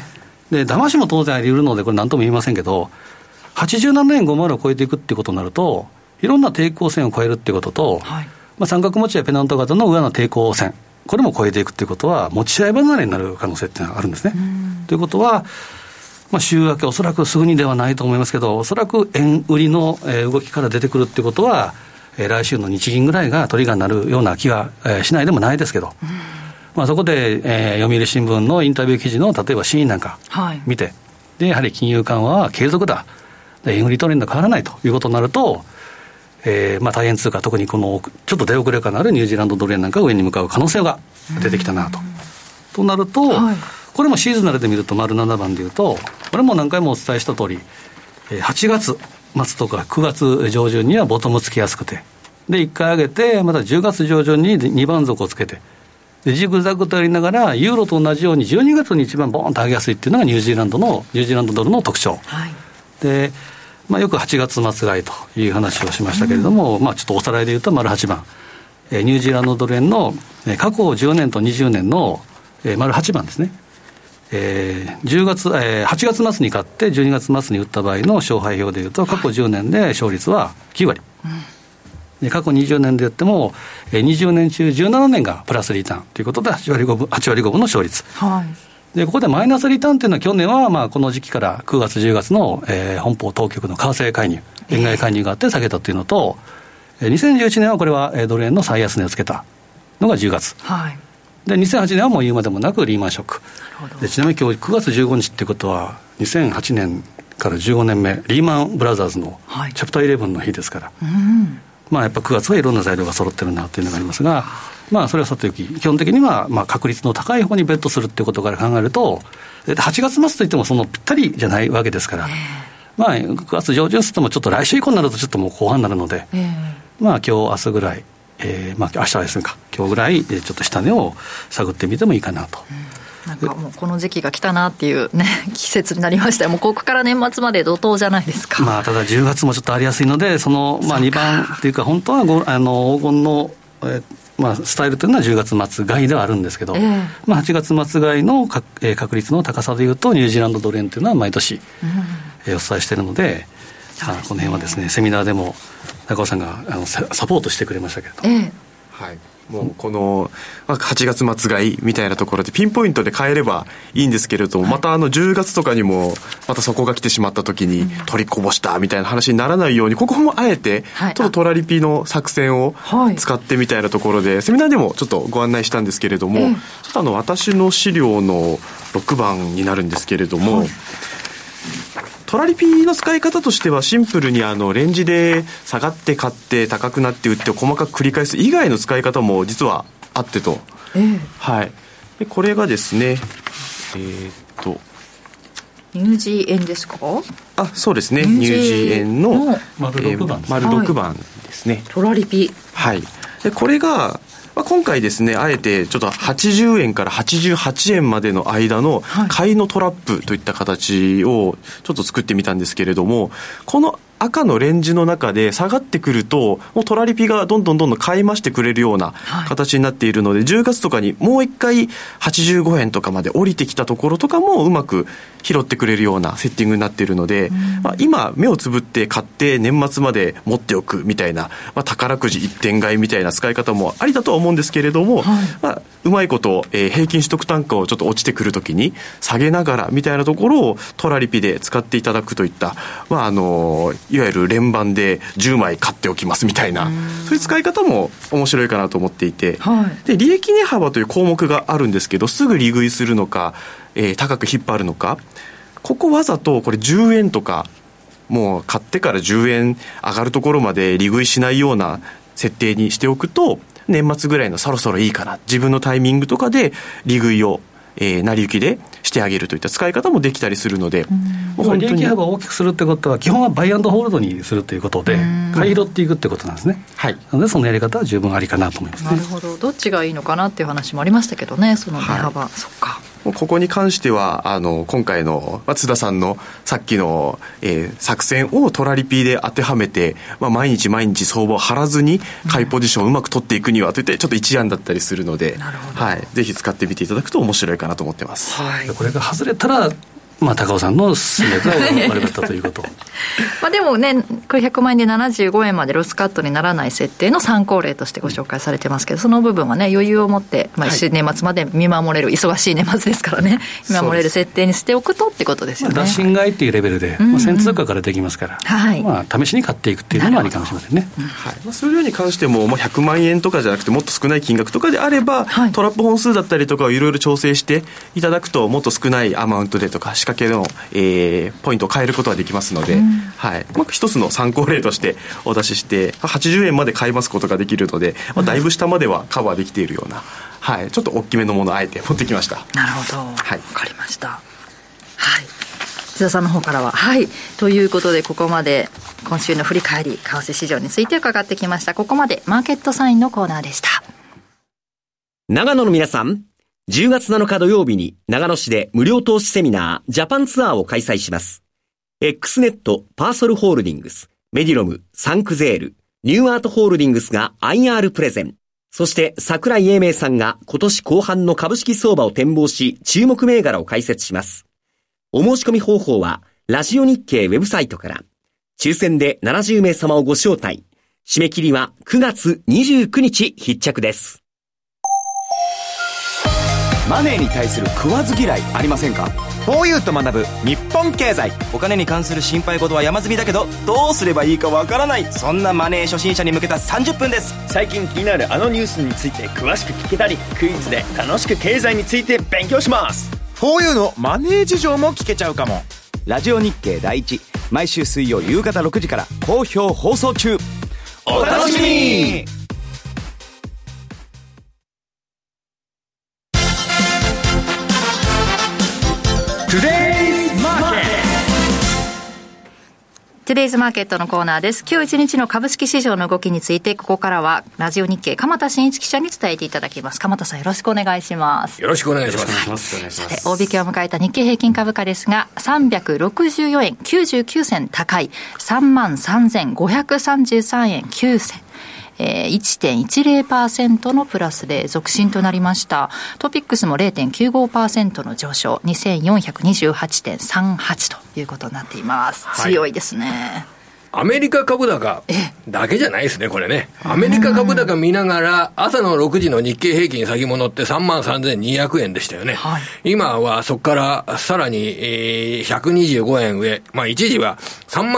で騙しも当然あり得るのでこれ何とも言いませんけど、87年50を超えていくってことになると、いろんな抵抗線を超えるってことと、三角持ちやペナント型の上の抵抗線、これも超えていくってことは持ち合い離れになる可能性っていうのがあるんですね。ということは、週明けおそらくすぐにではないと思いますけど、おそらく円売りの動きから出てくるってことは、来週の日銀ぐらいがトリガーになるような気がしないでもないですけど、そこで、読売新聞のインタビュー記事の例えばシーンなんか見て、でやはり金融緩和は継続だ、円売りトレンド変わらないということになると、大変通貨、特にこのちょっと出遅れ感のあるニュージーランドドル円なんか上に向かう可能性が出てきたなとなると、これもシーズナルで見ると丸7番でいうと、これも何回もお伝えした通り、8月末とか9月上旬にはボトムつきやすくて、で1回上げてまた10月上旬に2番底をつけて、でジグザグとやりながらユーロと同じように12月に一番ボーンと上げやすいっていうのがニュージーランドドルの特徴、でよく8月末買いという話をしましたけれども、ちょっとおさらいで言うと丸8番、ニュージーランドドル円の過去10年と20年の丸8番ですね。8月末に買って12月末に売った場合の勝敗表でいうと、過去10年で勝率は9割、で過去20年で言っても20年中17年がプラスリターンということで8割5分の勝率、でここでマイナスリターンというのは去年はこの時期から9月10月の、本邦当局の為替介入、円買い介入があって下げたというのと、2011年はこれはドル円の最安値をつけたのが10月、で2008年はもう言うまでもなくリーマンショックで、ちなみに今日9月15日ってことは2008年から15年目リーマンブラザーズのチャプター11の日ですから、やっぱ9月はいろんな材料が揃ってるなというのがありますが、それはさておき、基本的には確率の高い方にベットするってことから考えると、8月末といってもそのぴったりじゃないわけですから、9月上旬するともちょっと来週以降になるとちょっともう後半になるので、今日明日ぐらい、明日はですね今日ぐらいちょっと下値を探ってみてもいいかなと。 なんかもうこの時期が来たなっていうね季節になりましたよ。もうここから年末まで怒涛じゃないですか。 ただ10月もちょっとありやすいので、その2番っていうか本当は黄金の、スタイルというのは10月末買いではあるんですけど、8月末買いの確率の高さでいうとニュージーランドドル円というのは毎年、お伝えしているので、この辺はですねセミナーでも中尾さんがサポートしてくれましたけれど、 もうこの8月末買いみたいなところでピンポイントで買えればいいんですけれども、また10月とかにもまたそこが来てしまった時に取りこぼしたみたいな話にならないように、ここもあえてちょっとトラリピの作戦を使ってみたいなところでセミナーでもちょっとご案内したんですけれども、ちょっと私の資料の6番になるんですけれども、トラリピの使い方としてはシンプルにレンジで下がって買って高くなって売って細かく繰り返す以外の使い方も実はあってと、でこれがですねニュージー円ですか？ そうですね、ニュージー円の丸6番です、 丸6番ですね、 トラリピ、 でこれが今回ですね、あえてちょっと80円から88円までの間の買いのトラップといった形をちょっと作ってみたんですけれども、この赤のレンジの中で下がってくるともうトラリピがどんどん買い増してくれるような形になっているので、10月とかにもう一回85円とかまで降りてきたところとかもうまく拾ってくれるようなセッティングになっているので、今目をつぶって買って年末まで持っておくみたいな、宝くじ一点買いみたいな使い方もありだとは思うんですけれども、うまいこと、平均取得単価をちょっと落ちてくるときに下げながらみたいなところをトラリピで使っていただくといった、いわゆる連番で10枚買っておきますみたいな、そういう使い方も面白いかなと思っていて、で利益値幅という項目があるんですけど、すぐ利食いするのか、高く引っ張るのか、ここわざとこれ10円とかもう買ってから10円上がるところまで利食いしないような設定にしておくと、年末ぐらいのそろそろいいかな、自分のタイミングとかで利食いを成り行きでしてあげるといった使い方もできたりするので、 利益幅を大きくするってことは基本はバイアンドホールドにするということで買い拾っていくってことなんですね。なのでそのやり方は十分ありかなと思いますね。 なるほど、どっちがいいのかなっていう話もありましたけどね、その値幅、そっか。 ここに関しては今回の津田さんのさっきの、作戦をトラリピで当てはめて、毎日相場を張らずに買いポジションをうまく取っていくにはといってちょっと一案だったりするので、ぜひ使ってみていただくと面白いかなと思ってます。 これが外れたら高尾さんの戦略が悪かったということまあでもね、これ100万円で75円までロスカットにならない設定の参考例としてご紹介されてますけど、その部分はね、余裕を持って、まあ、年末まで見守れる、忙しい年末ですからね、見守れる設定にしておくとってことですよね。 打診買いっていうレベルで、先通貨からできますから、まあ、試しに買っていくっていうのもありかもしれませんね。 そういうように関しても、100万円とかじゃなくてもっと少ない金額とかであれば、トラップ本数だったりとかをいろいろ調整していただくと、もっと少ないアマウントでとか仕掛けの、ポイントを変えることができますので、一つの参考例としてお出しして80円まで買いますことができるので、だいぶ下まではカバーできているような、ちょっと大きめのものをあえて持ってきました。 なるほど、わかりました。津田さんの方からはということで、ここまで今週の振り返り、為替市場について伺ってきました。ここまでマーケットサインのコーナーでした。 長野の皆さん、10月7日土曜日に長野市で無料投資セミナージャパンツアーを開催します。X ネット、パーソルホールディングス、メディロム、サンクゼール、ニューアートホールディングスが IR プレゼン。そして桜井英明さんが今年後半の株式相場を展望し、注目銘柄を解説します。お申し込み方法はラジオ日経ウェブサイトから。抽選で70名様をご招待。締め切りは9月29日必着です。 マネーに対する食わず嫌いありませんか？ 4U と学ぶ日本経済。お金に関する心配事は山積みだけど、どうすればいいかわからない、そんなマネー初心者に向けた30分です。 最近気になるあのニュースについて詳しく聞けたり、クイズで楽しく経済について勉強します。 4U のマネー事情も聞けちゃうかも。ラジオ日経第一、毎週水曜夕方6時から好評放送中。 お楽しみに。 トゥデイズマーケットのコーナーです。今日一日の株式市場の動きについて、ここからはラジオ日経鎌田新一記者に伝えていただきます。鎌田さん、よろしくお願いします。 よろしくお願いします。 さて、大引けを迎えた日経平均株価ですが、364円99銭高い 33,533 円9銭。1.10% のプラスで続伸となりました。トピックスも 0.95% の上昇、2428.38 ということになっています。強いですね。 アメリカ株高だけじゃないですね、これね。アメリカ株高見ながら、朝の6時の日経平均先物って 33,200 円でしたよね。今はそこからさらに、125円上。一時は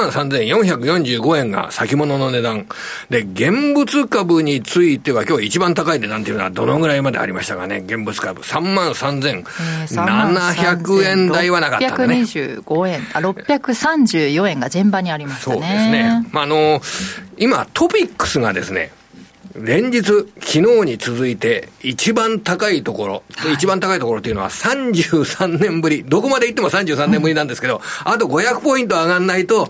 33,445 円が先物の値段。で、現物株については今日一番高い値段っていうのはどのぐらいまでありましたかね、現物株。33,700 円台はなかったんだね。 625円、634円が前場にありましたね。 そうですね。今トピックスがですね、連日昨日に続いて一番高いところ、一番高いところっていうのは33年ぶり、どこまで行っても33年ぶりなんですけど、あと500ポイント上がんないと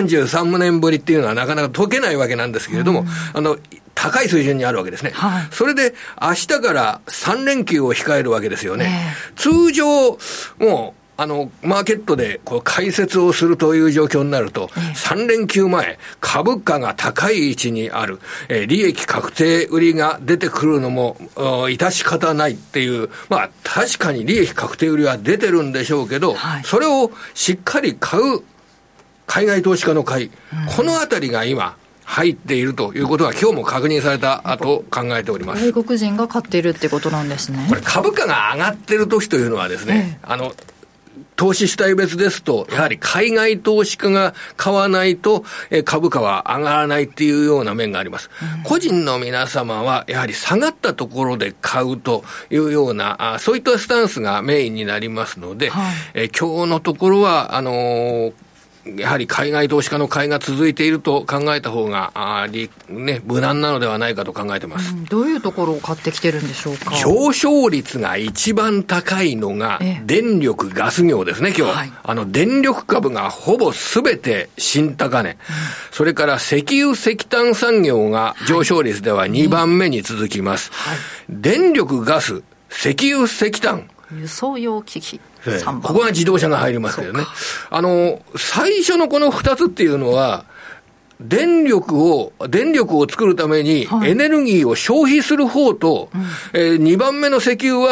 33年ぶりっていうのはなかなか解けないわけなんですけれども、高い水準にあるわけですね。それで明日から3連休を控えるわけですよね。通常もうマーケットで解説をするという状況になると、3連休前、株価が高い位置にある、利益確定売りが出てくるのも、致し方ないっていう、確かに利益確定売りは出てるんでしょうけど、それをしっかり買う海外投資家の買い、このあたりが今、入っているということが今日も確認されたと考えております。 外国人が買っているってことなんですね。 これ株価が上がってる時というのはですね、投資主体別ですと、やはり海外投資家が買わないと株価は上がらないっていうような面があります。個人の皆様はやはり下がったところで買うというような、そういったスタンスがメインになりますので、今日のところはやはり海外投資家の買いが続いていると考えた方が無難なのではないかと考えてます。 どういうところを買ってきてるんでしょうか。 上昇率が一番高いのが電力ガス業ですね、今日。電力株がほぼ全て新高値。それから石油石炭産業が上昇率では2番目に続きます。電力ガス、石油石炭、 輸送用機器、 ここが自動車が入りますけどね。最初のこの2つっていうのは、電力を作るためにエネルギーを消費する方と、2番目の石油は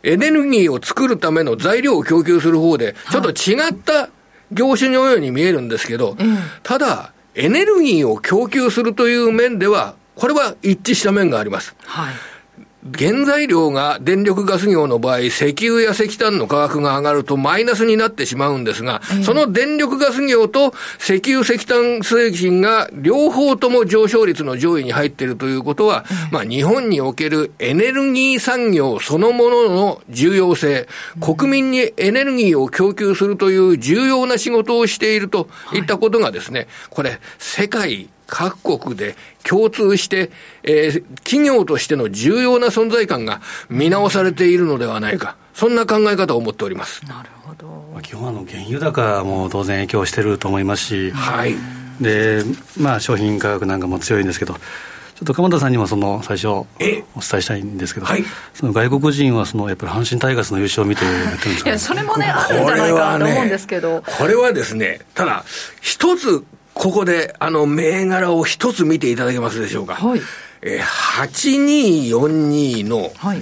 エネルギーを作るための材料を供給する方で、ちょっと違った業種のように見えるんですけど、ただ、エネルギーを供給するという面では、これは一致した面があります。はい。原材料が電力ガス業の場合、石油や石炭の価格が上がるとマイナスになってしまうんですが、その電力ガス業と石油石炭製品が両方とも上昇率の上位に入っているということは、まあ日本におけるエネルギー産業そのものの重要性、国民にエネルギーを供給するという重要な仕事をしているといったことがですね、これ世界各国で共通して、企業としての重要な存在感が見直されているのではないか、そんな考え方を持っております。 なるほど。 基本原油高も当然影響していると思いますし、 はい、 でまあ、商品価格なんかも強いんですけど、ちょっと鎌田さんにもその最初お伝えしたいんですけど、はい、その外国人はそのやっぱり阪神タイガースの優勝を見てやってるんですか、ね、 いやそれもねあるんじゃないかなと思うんですけど、 これはですね、ただ一つここで銘柄を一つ見ていただけますでしょうか。はい、8242の、はい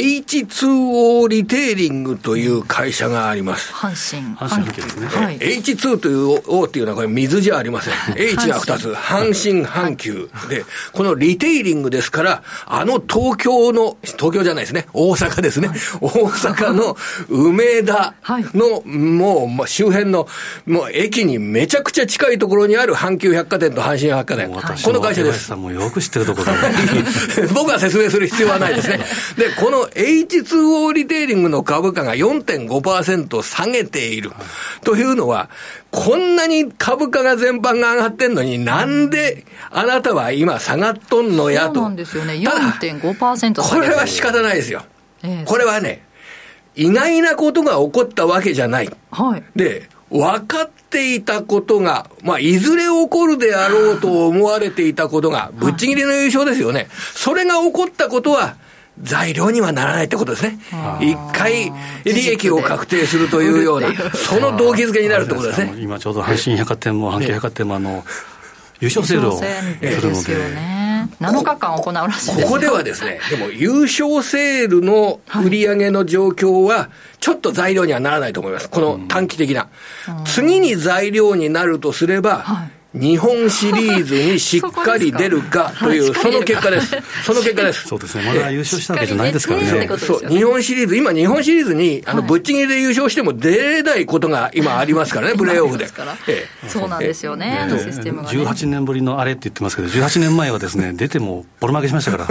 、H2O リテイリングという会社があります。 阪神阪急ですね。 はい、H2 という O っていうのはこれ水じゃありません。H が2つ、阪神阪急で、このリテイリングですから、東京じゃないですね、大阪ですね。大阪の梅田の、もう周辺のもう駅にめちゃくちゃ近いところにある阪急百貨店と阪神百貨店、この会社です。 もうよく知ってるところ僕は説明する必要はないですね。で、このH2O リテイリングの株価が 4.5% 下げているというのは、こんなに株価が全般が上がってんのに、なんであなたは今下がっとんのやと。 そうなんですよね。4.5% これは仕方ないですよ。これはね、意外なことが起こったわけじゃない。はい、で、分かっていたことが、まあ、いずれ起こるであろうと思われていたことが、ぶっちぎりの優勝ですよね。それが起こったことは、材料にはならないってことですね。一回利益を確定するというような、その動機づけになるってことですね。 今ちょうど阪神百貨店も阪急百貨店も優勝セールをするので。 7日間行うらしいです。 ここではですね、でも優勝セールの売り上げの状況は、ちょっと材料にはならないと思います。この短期的な。次に材料になるとすれば、日本シリーズにしっかり出るかという、その結果です。その結果です。 そうですね。まだ優勝したわけじゃないですからね。 そう、日本シリーズ、今日本シリーズに、ぶっちぎりで優勝しても出れないことが今ありますからね、プレーオフで。 そうなんですよね、システムがね。 18年ぶりのあれって言ってますけど、18年前はですね、出てもボロ負けしましたから。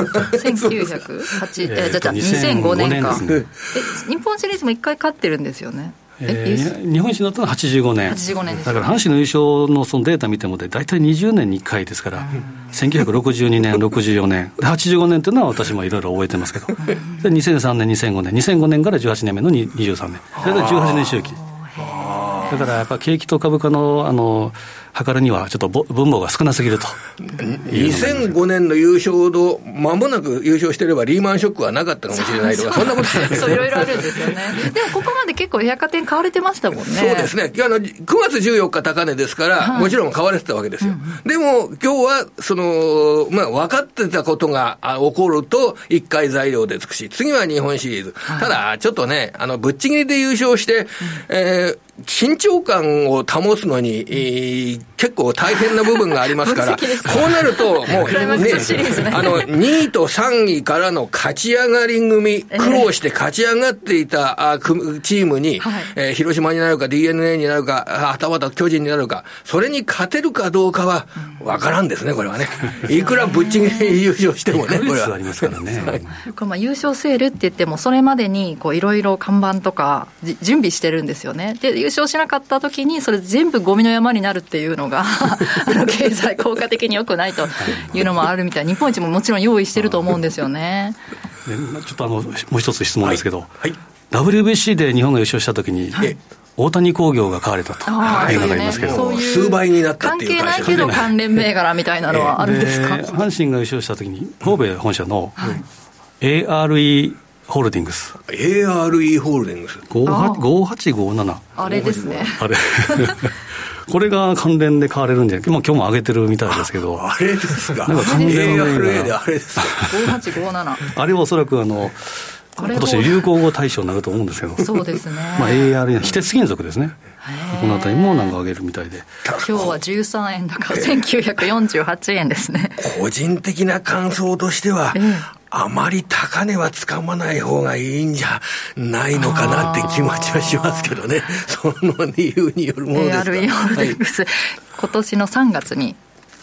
2005年か。日本シリーズも1回勝ってるんですよね。 日本一になったのは85年。 85年です。 だから阪神の優勝のそのデータ見ても大体20年に1回ですから、1962年、64年、85年というのは私もいろいろ覚えてますけど、で2003年、2005年から18年目の23年、それで18年周期。だからやっぱ景気と株価の測るにはちょっと分母が少なすぎると。 2005年の優勝度、間もなく優勝してればリーマンショックはなかったかもしれないとか、そんなことないですね。いろいろあるんですよね。でもここまで結構百貨店買われてましたもんね。 そうですね。9月14日高値ですから、はい、もちろん買われてたわけですよ。でも今日は分かってたことが起こると1回材料でつくし、次は日本シリーズ。ただちょっとね、ぶっちぎりで優勝して、緊張感を保つのに、結構大変な部分がありますから、こうなるともうね、2位と3位からの勝ち上がり組、苦労して勝ち上がっていたチームに、広島になるか DNA になるか、はたまた巨人になるか、それに勝てるかどうかは分からんですね、これはね。いくらぶっちぎりで優勝してもね、これはありますからね。 優勝セールって言っても、それまでにいろいろ看板とか準備してるんですよね。で優勝しなかった時にそれ全部ゴミの山になるっていうのが経済効果的に良くないというのもあるみたい。日本一ももちろん用意してると思うんですよね。 ちょっともう一つ質問ですけど、WBC で日本が優勝した時に、大谷工業が買われたというのがありますけど、 そういう数倍になったっていう会社、 関係ないけど関連銘柄みたいなのはあるんですか。 阪神が優勝した時に神戸本社の AREホールディングス ARE ホールディングス 5857 あれですね。 あれこれが関連で買われるんじゃないか。今日も上げてるみたいですけど。 あれですか。 なんか関連の ARA であれですか。 5857。 あれはおそらく今年流行語大賞になると思うんですけど、 そうですね、 AR 非鉄金属ですね、このあたりもなんか上げるみたいで、 今日は13円高1948円ですね。 個人的な感想としては、あまり高値はつかまない方がいいんじゃないのかなって気持ちはしますけどね。その理由によるものですか。 AR 今年の3月に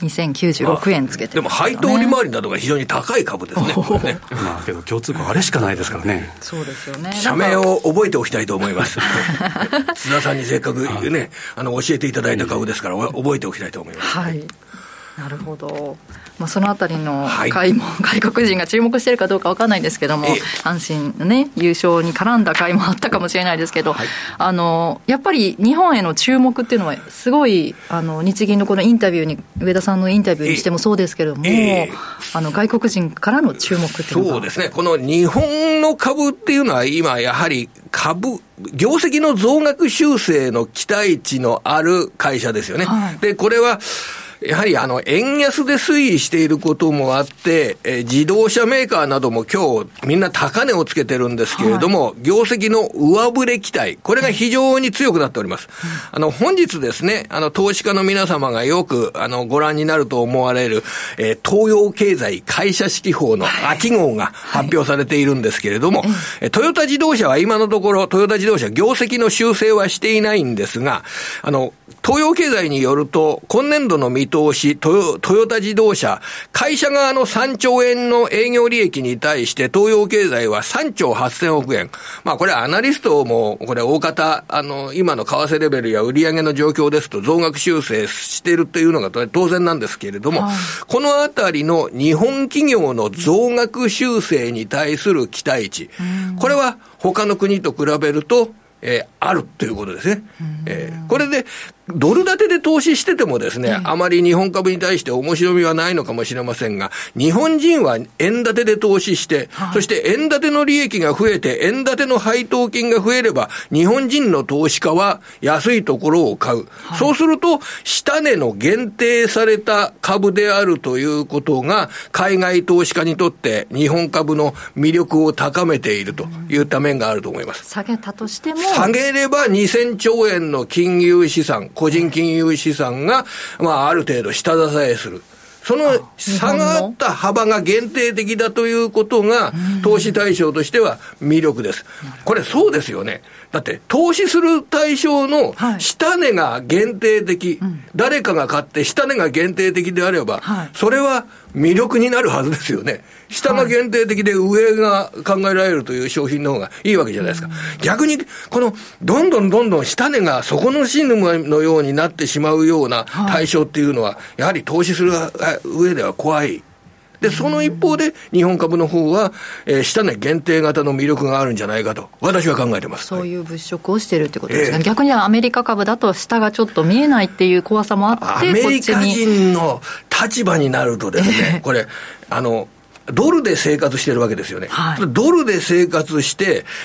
2096円つけて、 でも配当利回りなどが非常に高い株ですね。 けど共通項あれしかないですからね。 そうですよね。 社名を覚えておきたいと思います。津田さんにせっかくね、教えていただいた株ですから覚えておきたいと思います。 はい。なるほど。そのあたりの買いも、外国人が注目しているかどうか分からないですけども、阪神のね優勝に絡んだ買いもあったかもしれないですけど、やっぱり日本への注目っていうのはすごい、日銀のこのインタビューに、上田さんのインタビューにしてもそうですけれども、外国人からの注目っていうのは。 そうですね、この日本の株っていうのは今やはり業績の増額修正の期待値のある会社ですよね。でこれはやはり円安で推移していることもあって、自動車メーカーなども今日みんな高値をつけてるんですけれども、業績の上振れ期待、これが非常に強くなっております。本日ですね、投資家の皆様がよくご覧になると思われる、東洋経済会社指揮法の秋号が発表されているんですけれども、トヨタ自動車は今のところトヨタ自動車業績の修正はしていないんですが、東洋経済によると今年度の見通し、トヨタ自動車、会社側の3兆円の営業利益に対して東洋経済は3兆8000億円。これアナリストも、これ大方、今の為替レベルや売上の状況ですと増額修正しているというのが当然なんですけれども、このあたりの日本企業の増額修正に対する期待値、これは他の国と比べるとあるということですね。これでドル建てで投資しててもですね、あまり日本株に対して面白みはないのかもしれませんが、日本人は円建てで投資して、そして円建ての利益が増えて、円建ての配当金が増えれば、日本人の投資家は安いところを買う。そうすると、下値の限定された株であるということが、海外投資家にとって日本株の魅力を高めているといった面があると思います。 下げたとしても、 下げれば2000兆円の金融資産、個人金融資産が、ある程度下支えする。その下がった幅が限定的だということが、投資対象としては魅力です。これそうですよね。だって、投資する対象の下値が限定的、誰かが買って下値が限定的であれば、それは魅力になるはずですよね。下が限定的で上が考えられるという商品の方がいいわけじゃないですか。逆に、この、どんどん下値が底のシヌマのようになってしまうような対象っていうのは、やはり投資する上では怖い。で、その一方で、日本株の方は、下値限定型の魅力があるんじゃないかと、私は考えてます。 そういう物色をしているってことですね。逆にはアメリカ株だと下がちょっと見えないっていう怖さもあって、 アメリカ人の立場になるとですね、これ、ドルで生活してるわけですよね。ドルで生活して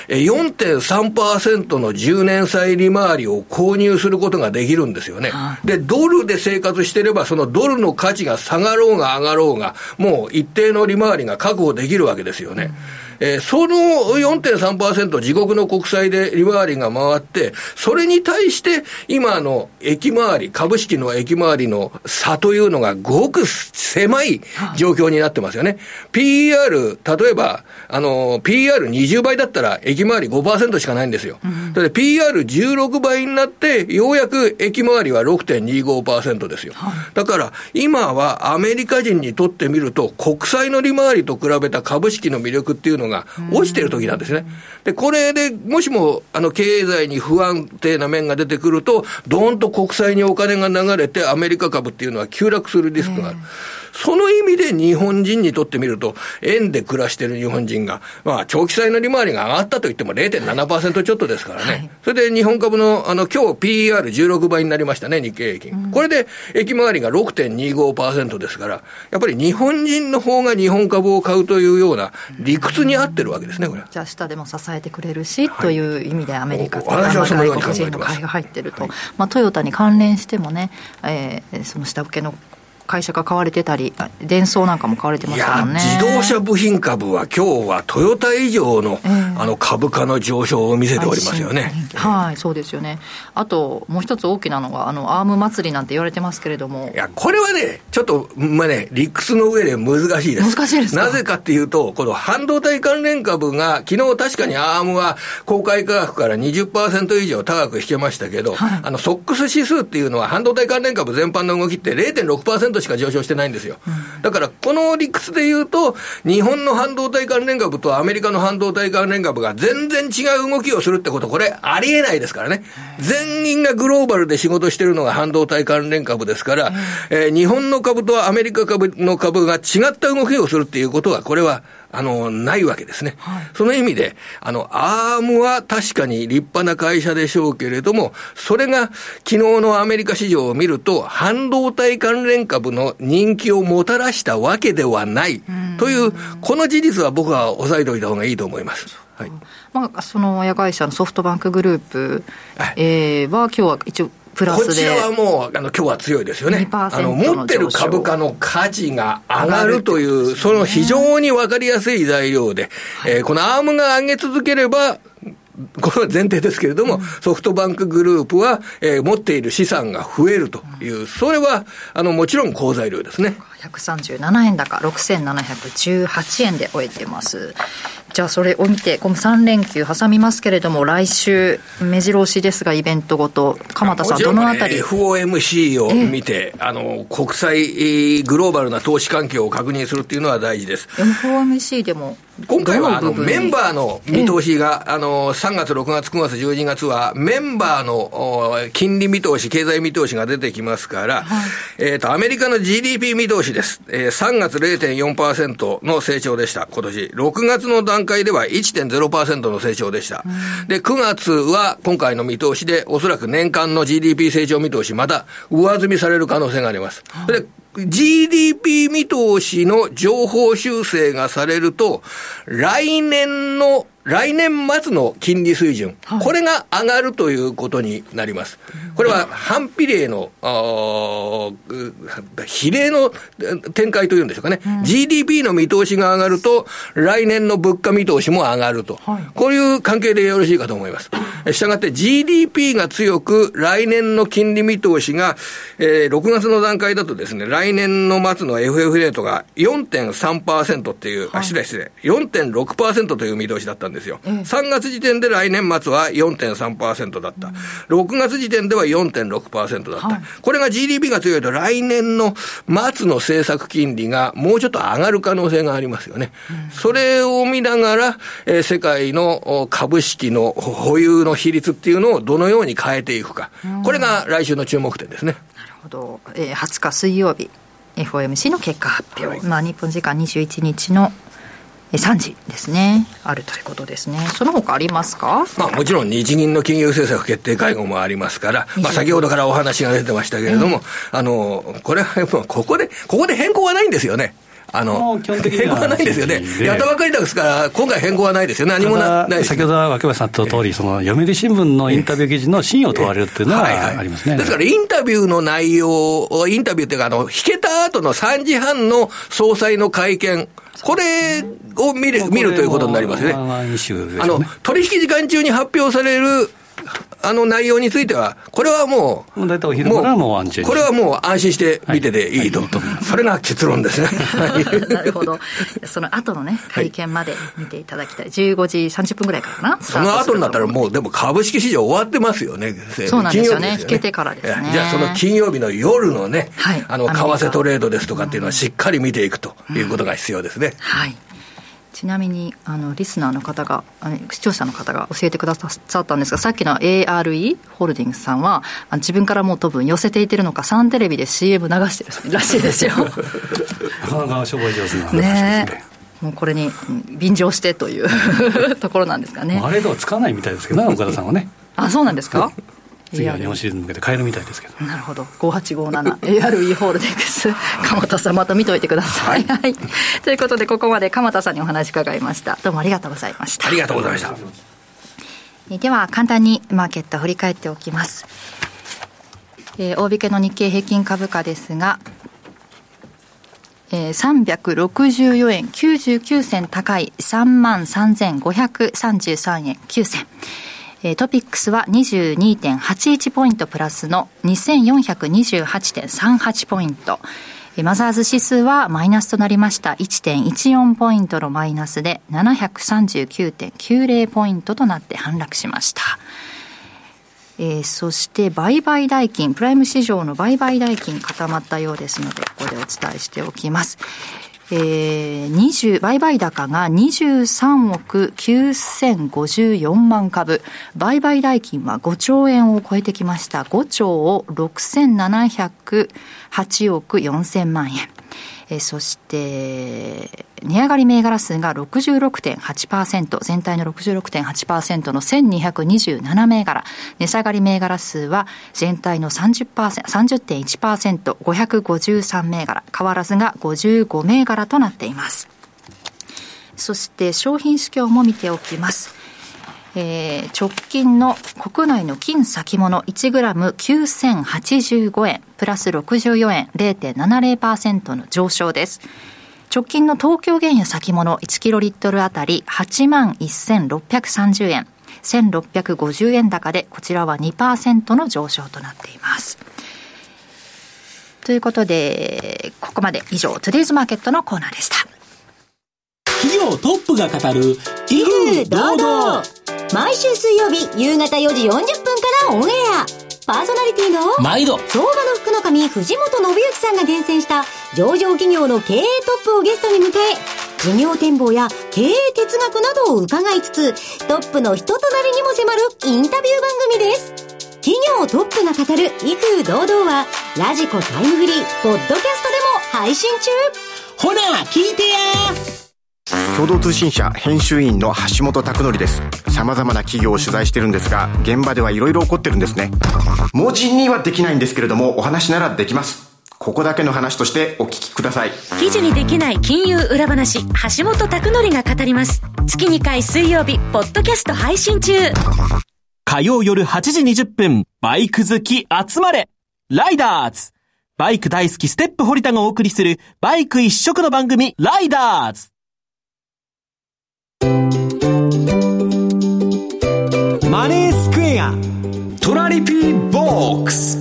、4.3% の10年債利回りを購入することができるんですよね。で、ドルで生活してれば、そのドルの価値が下がろうが上がろうが、もう一定の利回りが確保できるわけですよね。その 4.3% 自国の国債で利回りが回って、それに対して今の益回り、株式の益回りの差というのがごく狭い状況になってますよね。PER、例えば、PER20 倍だったら益回り 5% しかないんですよ。で PER16 倍になって、ようやく益回りは 6.25% ですよ。だから、今はアメリカ人にとってみると、国債の利回りと比べた株式の魅力っていうのが落ちてる時なんですね。で、これでもしも経済に不安定な面が出てくると、ドーンと国債にお金が流れてアメリカ株っていうのは急落するリスクがある。その意味で日本人にとってみると、円で暮らしている日本人が、長期債の利回りが上がったといっても 0.7% ちょっとですからね。それで日本株の今日 PER16 倍になりましたね、日経平均。これで益回りが 6.25% ですから、やっぱり日本人の方が日本株を買うというような理屈に合ってるわけですね、これ。 じゃあ下でも支えてくれるし、という意味でアメリカとか外国人の買いが入ってると。トヨタに関連してもね、その下請けの会社が買われてたり、デンソーなんかも買われてますからね。 自動車部品株は今日はトヨタ以上の、株価の上昇を見せておりますよね。 はい、そうですよね。あともう一つ大きなのがアーム祭りなんて言われてますけれども、 いやこれはねちょっと理屈の上で難しいです。 難しいですか。 なぜかっていうと、この半導体関連株が昨日確かにアームは公開価格から 20% 以上高く引けましたけど、ソックス指数っていうのは半導体関連株全般の動きって 0.6% しか上昇してないんですよ。だからこの理屈で言うと、日本の半導体関連株とアメリカの半導体関連株が全然違う動きをするってこと、これありえないですからね。全員がグローバルで仕事してるのが半導体関連株ですから、日本の株とアメリカ株の株が違った動きをするっていうことは、これはないわけですね。その意味で、アームは確かに立派な会社でしょうけれども、それが昨日のアメリカ市場を見ると、半導体関連株の人気をもたらしたわけではないという、この事実は僕は押さえておいた方がいいと思います。はい。 その親会社のソフトバンクグループ、は今日は一応プラスで、 こちらはもう今日は強いですよね。持ってる株価の価値が上がるという、その非常に分かりやすい材料で、このアームが上げ続ければ、これは前提ですけれども、ソフトバンクグループは、持っている資産が増えるという、それはもちろん好材料ですね。 137円高、6718円で終えてます。じゃあそれを見て、この3連休挟みますけれども、来週目白押しですが、イベントごと鎌田さん、どのあたり FOMC を見て、国際グローバルな投資環境を確認するっていうのは大事です。 FOMC でも今回はメンバーの見通しが、3月、6月、9月、12月はメンバーの金利見通し、経済見通しが出てきますから、アメリカの GDP 見通しです。3月 0.4% の成長でした、今年。6月の段階では 1.0% の成長でした。で、9月は今回の見通しで、おそらく年間の GDP 成長見通し、また上積みされる可能性があります。でGDP 見通しの情報修正がされると、来年末の金利水準、これが上がるということになります。これは反比例の、比例の展開というんでしょうかね。GDP の見通しが上がると、来年の物価見通しも上がると。こういう関係でよろしいかと思います。したがって GDP が強く、来年の金利見通しが、6月の段階だとですね、来年の末の FF レートが 4.3% っていう、失礼、4.6% という見通しだったんですよ。3月時点で来年末は 4.3% だった。6月時点では 4.6% だった。これが GDP が強いと来年の末の政策金利がもうちょっと上がる可能性がありますよね。それを見ながら、世界の株式の保有の比率っていうのをどのように変えていくか。これが来週の注目点ですね。 なるほど。20日水曜日 FOMC の結果発表、日本時間21日の3時ですね、あるということですね。その他ありますか。 もちろん日銀の金融政策決定会合もありますから、先ほどからお話が出てましたけれども、これはここで変更はないんですよね。変更はないですよね。やったばかりですから、今回変更はないですよね。何もないです。 先ほど若林さんと通り、読売新聞のインタビュー記事の真意を問われるっていうのはありますね。 ですから、インタビューの内容、インタビューっていうか、引けた後の3時半の総裁の会見、これを見るということになりますね。取引時間中に発表される内容については、これはもう、 大体お昼からもう安心。 これはもう安心して見てていいと。それが結論ですね。 なるほど。その後のね、会見まで見ていただきたい。15時30分ぐらいからかな。 その後になったらもう、でも株式市場終わってますよね。 そうなんですよね。引けてからですね。 じゃあその金曜日の夜のね、為替トレードですとかっていうのはしっかり見ていくということが必要ですね。 はい。ちなみにリスナーの方が視聴者の方が教えてくださったんですが、さっきの ARE ホールディングスさんは自分からもう多分寄せていてるのか、サンテレビで CM 流してるらしいですよ。 なかなか商売上手な話ですね。 もうこれに便乗してというところなんですかね。 あれとはつかないみたいですけどね、岡田さんはね。 そうなんですか。 次は日本シリーズに向けて変えるみたいですけど。 なるほど。5857 ARE ホールディングス鎌田さん、また見といてください。はい。ということで、ここまで鎌田さんにお話伺いました。どうもありがとうございました。 ありがとうございました。 では簡単にマーケットを振り返っておきます。大引けの日経平均株価ですが、 364円99銭高い 33,533 円9銭。トピックスは 22.81 ポイントプラスの 2428.38 ポイント。マザーズ指数はマイナスとなりました。 1.14 ポイントのマイナスで 739.90 ポイントとなって反落しました。そして売買代金、プライム市場の売買代金固まったようですので、ここでお伝えしておきます。売買高が23億9054万株、売買代金は5兆円を超えてきました。5兆を6708億4000万円。そして値上がり銘柄数が 66.8%、 全体の 66.8% の1227銘柄、値下がり銘柄数は全体の 30.1%、 553銘柄、変わらずが55銘柄となっています。そして商品指標も見ておきます。直近の国内の金先物 1g9085 円プラス64円 0.70% の上昇です。直近の東京原油先物1キロリットルあたり 81,630 円1650円高で、こちらは 2% の上昇となっています。ということで、ここまで以上トゥデイズマーケットのコーナーでした。 企業トップが語る威風堂々、 毎週水曜日夕方4時40分からオンエア。パーソナリティの毎度相場の福の神藤本信之さんが厳選した上場企業の経営トップをゲストに迎え、事業展望や経営哲学などを伺いつつ、トップの人となりにも迫るインタビュー番組です。企業トップが語る威風堂々はラジコタイムフリーポッドキャストでも配信中。 ほら聞いてや。 共同通信社編集員の橋本拓典です。様々な企業を取材してるんですが、現場ではいろいろ起こってるんですね。文字にはできないんですけれども、お話ならできます。ここだけの話としてお聞きください。 記事にできない金融裏話、橋本拓典が語ります。月2回水曜日ポッドキャスト配信中。 火曜夜8時20分、バイク好き集まれライダーズ。バイク大好きステップ堀田がお送りするバイク一色の番組ライダーズ。 マネースクエアトラリピーボックス。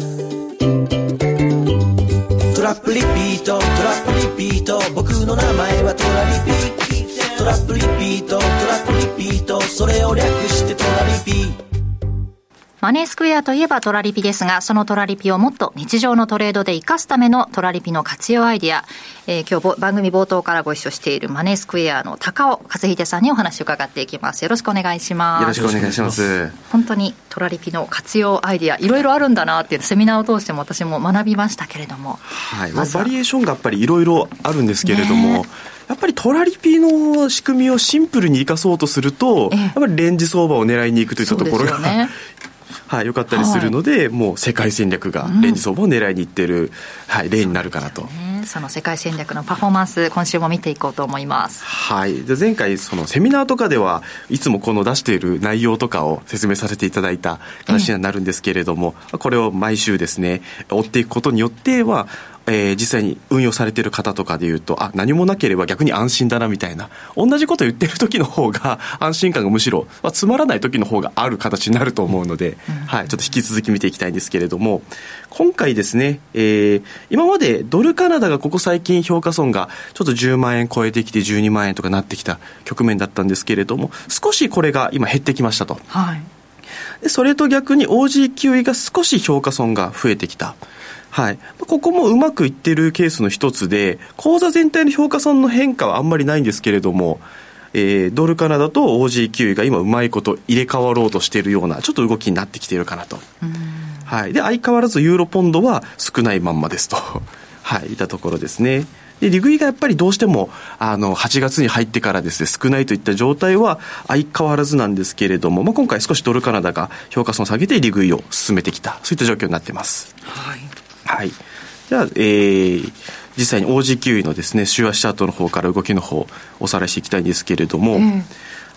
トラップリピート、トラップリピート、僕の名前はトラリピ。トラップリピート、トラップリピート、それを略してトラリピ。 マネースクエアといえばトラリピですが、そのトラリピをもっと日常のトレードで活かすためのトラリピの活用アイデア、今日番組冒頭からご一緒しているマネースクエアの高尾和秀さんにお話を伺っていきます。よろしくお願いします。 よろしくお願いします。 本当にトラリピの活用アイデアいろいろあるんだなっていうセミナーを通しても私も学びましたけれども、 はい、バリエーションがやっぱりいろいろあるんですけれども、やっぱりトラリピの仕組みをシンプルに生かそうとすると、やっぱりレンジ相場を狙いに行くといったところが、はい、良かったりするので、もう世界戦略がレンジ相場を狙いにいってる、はい、例になるかなと。 その世界戦略のパフォーマンス、今週も見ていこうと思います。 はい。で、前回そのセミナーとかではいつもこの出している内容とかを説明させていただいた話になるんですけれども、これを毎週ですね追っていくことによっては、実際に運用されている方とかでいうと、何もなければ逆に安心だなみたいな、同じこと言ってる時の方が安心感がむしろ、つまらない時の方がある形になると思うので、はい、ちょっと引き続き見ていきたいんですけれども、今回ですね、今までドルカナダがここ最近評価損がちょっと10万円超えてきて12万円とかなってきた局面だったんですけれども、少しこれが今減ってきましたと。はい。でそれと逆に OG9 位が少し評価損が増えてきた。はい、ここもうまくいってるケースの一つで、口座全体の評価損の変化はあんまりないんですけれども、ドルカナダと OG9 位が今うまいこと入れ替わろうとしているようなちょっと動きになってきているかなと。はい、で相変わらずユーロポンドは少ないまんまですと、はい、いったところですね。で利食いがやっぱりどうしても8月に入ってからですね少ないといった状態は相変わらずなんですけれども、今回少しドルカナダが評価損を下げて利食いを進めてきた、そういった状況になっています。はいはい、では、実際に OG9 位のですね週足チャートの方から動きの方をおさらいしていきたいんですけれども、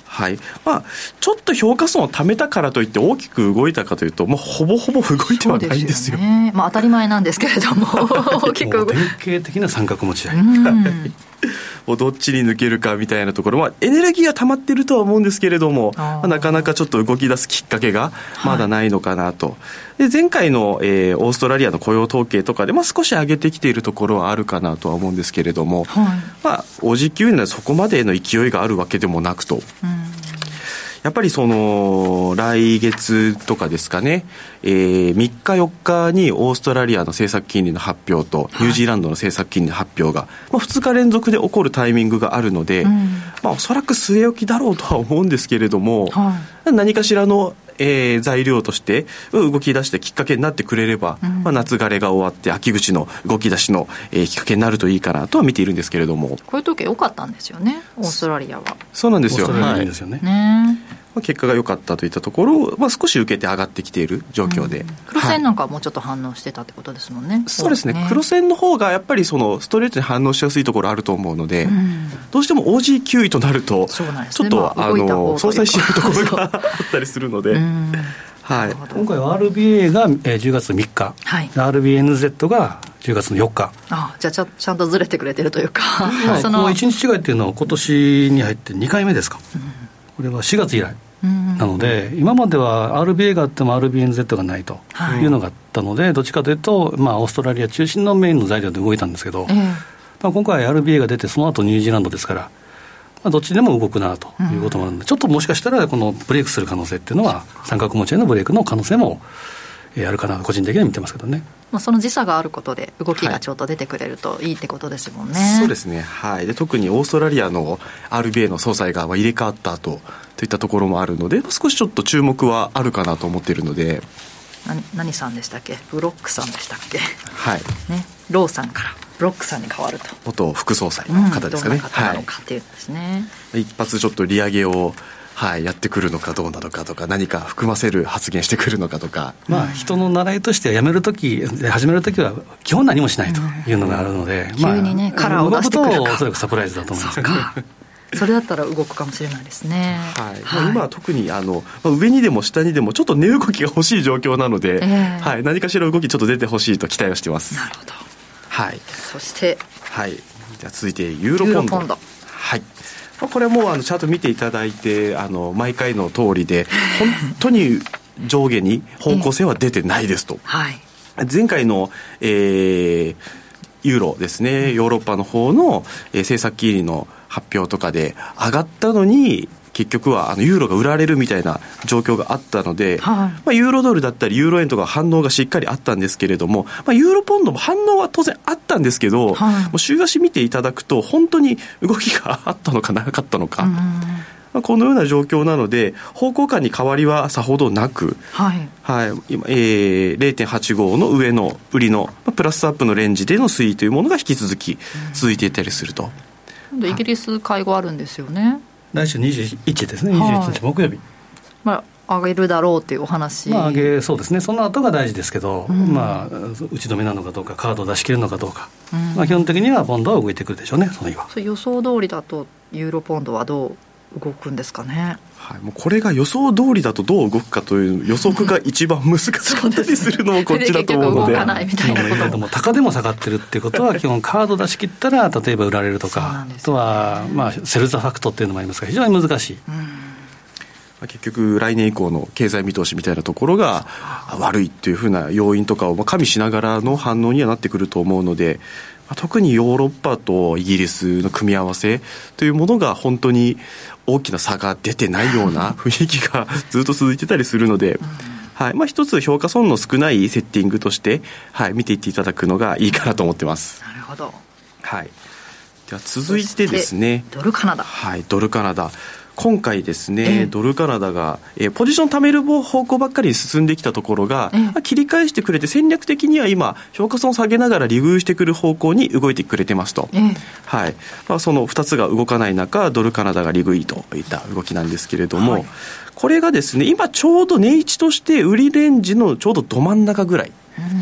はい。ちょっと評価損を貯めたからといって大きく動いたかというと、ほぼほぼ動いてはないんですよ。 当たり前なんですけれども、大きく動いて。 典型的な三角持ち合い。 もうどっちに抜けるかみたいなところ、エネルギーは溜まってるとは思うんですけれども、なかなかちょっと動き出すきっかけがまだないのかなと。で前回の、オーストラリアの雇用統計とかで、少し上げてきているところはあるかなとは思うんですけれども、OG9 にはそこまでの勢いがあるわけでもなくと。やっぱり来月とかですかね、3日4日にオーストラリアの政策金利の発表とニュージーランドの政策金利の発表が、2日連続で起こるタイミングがあるので、おそらく据え置きだろうとは思うんですけれども、何かしらの材料として動き出してきっかけになってくれれば、夏枯れが終わって秋口の動き出しのきっかけになるといいかなとは見ているんですけれども、 こういう時良かったんですよね、オーストラリアは。 そうなんですよ。 オーストラリアいいですよね。 結果が良かったといったところを、少し受けて上がってきている状況で、 黒線なんかはもうちょっと反応してたってことですもんね。 そうですね。黒線の方がやっぱりストレートに反応しやすいところあると思うので、どうしても OG9 位となるとちょっと相殺しちゃうところがあったりするので、 今回は RBA が10月3日、RBNZ が10月の4日。 じゃあちゃんとずれてくれてるというか、 この1日違いっていうのは今年に入って2回目ですか。これは4月以来なので、今までは RBA があっても RBNZ がないというのがあったので、どっちかというと、オーストラリア中心のメインの材料で動いたんですけど、今回 RBA が出てその後ニュージーランドですから、どっちでも動くなということもあるので、ちょっともしかしたらこのブレイクする可能性っていうのは、三角持ち合いのブレイクの可能性もあるかなと個人的には見てますけどね。 その時差があることで動きがちょっと出てくれるといいってことですもんね。 そうですね。で特にオーストラリアの RBA の総裁が入れ替わった後といったところもあるので、少しちょっと注目はあるかなと思っているので。 何さんでしたっけ、ブロックさんでしたっけ。ローさんからブロックさんに変わると。 元副総裁の方ですかね。 どんな方なのかっていうんですね。 一発ちょっと利上げをやってくるのかどうなのかとか、何か含ませる発言してくるのかとか、 人の習いとしてはやめるとき始めるときは基本何もしないというのがあるので、 急にね、カラーを出してくるか、 おそらくサプライズだと思うんですよね。 それだったら動くかもしれないですね。 今は特に上にでも下にでもちょっと値動きが欲しい状況なので、何かしら動きちょっと出てほしいと期待をしてます。 なるほど。そしてじゃあ続いてユーロポンド。これはもうチャート見ていただいて、毎回の通りで本当に上下に方向性は出てないですと。前回の、ユーロですね、ヨーロッパの方の、政策金利の発表とかで上がったのに、結局はユーロが売られるみたいな状況があったので、ユーロドルだったりユーロ円とか反応がしっかりあったんですけれども、ユーロポンドも反応は当然あったんですけど、もう週足見ていただくと本当に動きがあったのかなかったのか、このような状況なので方向感に変わりはさほどなく、今、0.85 の上の売りのプラスアップのレンジでの推移というものが引き続き続いていたりすると。 イギリス会合あるんですよね。 来週21ですね、21日木曜日。 上げるだろうというお話。 上げそうですね。その後が大事ですけど、打ち止めなのかどうか、カードを出し切るのかどうか、基本的にはポンドは動いてくるでしょうね。その日は。 予想通りだとユーロポンドはどう動くんですかね。 もうこれが予想通りだとどう動くかという予測が一番難しかったりするのもこっちだと思うので、 動かないみたいなことも高でも下がってるっていうことは基本カード出し切ったら例えば売られるとか、あとはセルザファクトっていうのもありますが非常に難しい。 結局来年以降の経済見通しみたいなところが悪いというふうな要因とかを加味しながらの反応にはなってくると思うので、特にヨーロッパとイギリスの組み合わせというものが本当に大きな差が出てないような雰囲気がずっと続いてたりするので、一つ評価損の少ないセッティングとして、見ていっていただくのがいいかなと思ってます。 なるほど。 では続いてですね、 ドルカナダ。 ドルカナダ。今回ですね、ドルカナダが、ポジション貯める方向ばっかりに進んできたところが、切り返してくれて戦略的には今評価損を下げながら利食いしてくる方向に動いてくれてますと、その2つが動かない中ドルカナダが利食いといった動きなんですけれども、これがですね今ちょうど値位置として売りレンジのちょうどど真ん中ぐらい、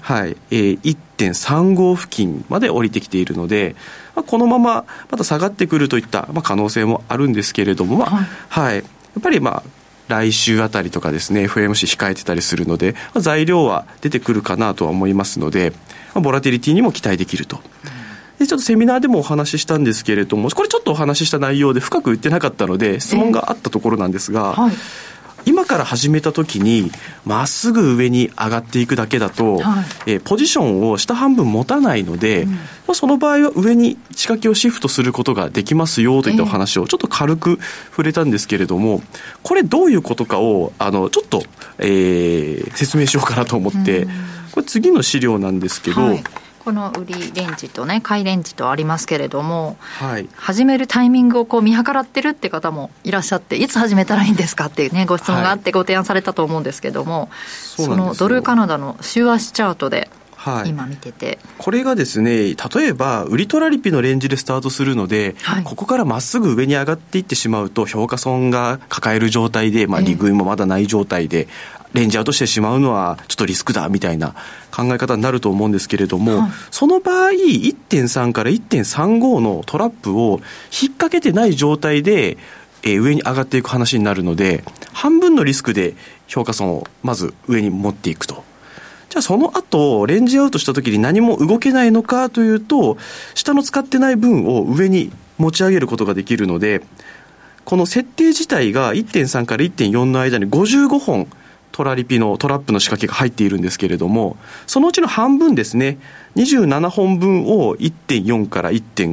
はい、1.35 付近まで降りてきているので、このまままた下がってくるといった、可能性もあるんですけれども、はい、やっぱり来週あたりとかですね、FOMC 控えてたりするので、材料は出てくるかなとは思いますので、ボラティリティにも期待できると。でちょっとセミナーでもお話ししたんですけれども、これちょっとお話しした内容で深く言ってなかったので質問があったところなんですが、今から始めた時にまっすぐ上に上がっていくだけだと、ポジションを下半分持たないので、その場合は上に仕掛けをシフトすることができますよといったお話をちょっと軽く触れたんですけれども、これどういうことかをちょっと、説明しようかなと思って、これ次の資料なんですけど、 この売りレンジとね、買いレンジとありますけれども、始めるタイミングを見計らってるって方もいらっしゃって、いつ始めたらいいんですかっていうね、ご質問があってご提案されたと思うんですけども、そのドルカナダの週足チャートで今見てて、 これがですね、例えば売りトラリピのレンジでスタートするので、ここからまっすぐ上に上がっていってしまうと評価損が抱える状態で、利食いもまだない状態でレンジアウトしてしまうのはちょっとリスクだみたいな考え方になると思うんですけれども、その場合 1.3 から 1.35 のトラップを引っ掛けてない状態で、上に上がっていく話になるので、半分のリスクで評価損をまず上に持っていくと。じゃあその後レンジアウトした時に何も動けないのかというと、下の使ってない分を上に持ち上げることができるので、この設定自体が 1.3 から 1.4 の間に55本トラリピのトラップの仕掛けが入っているんですけれども、そのうちの半分ですね、27本分を 1.4 から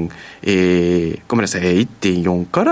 1.4 から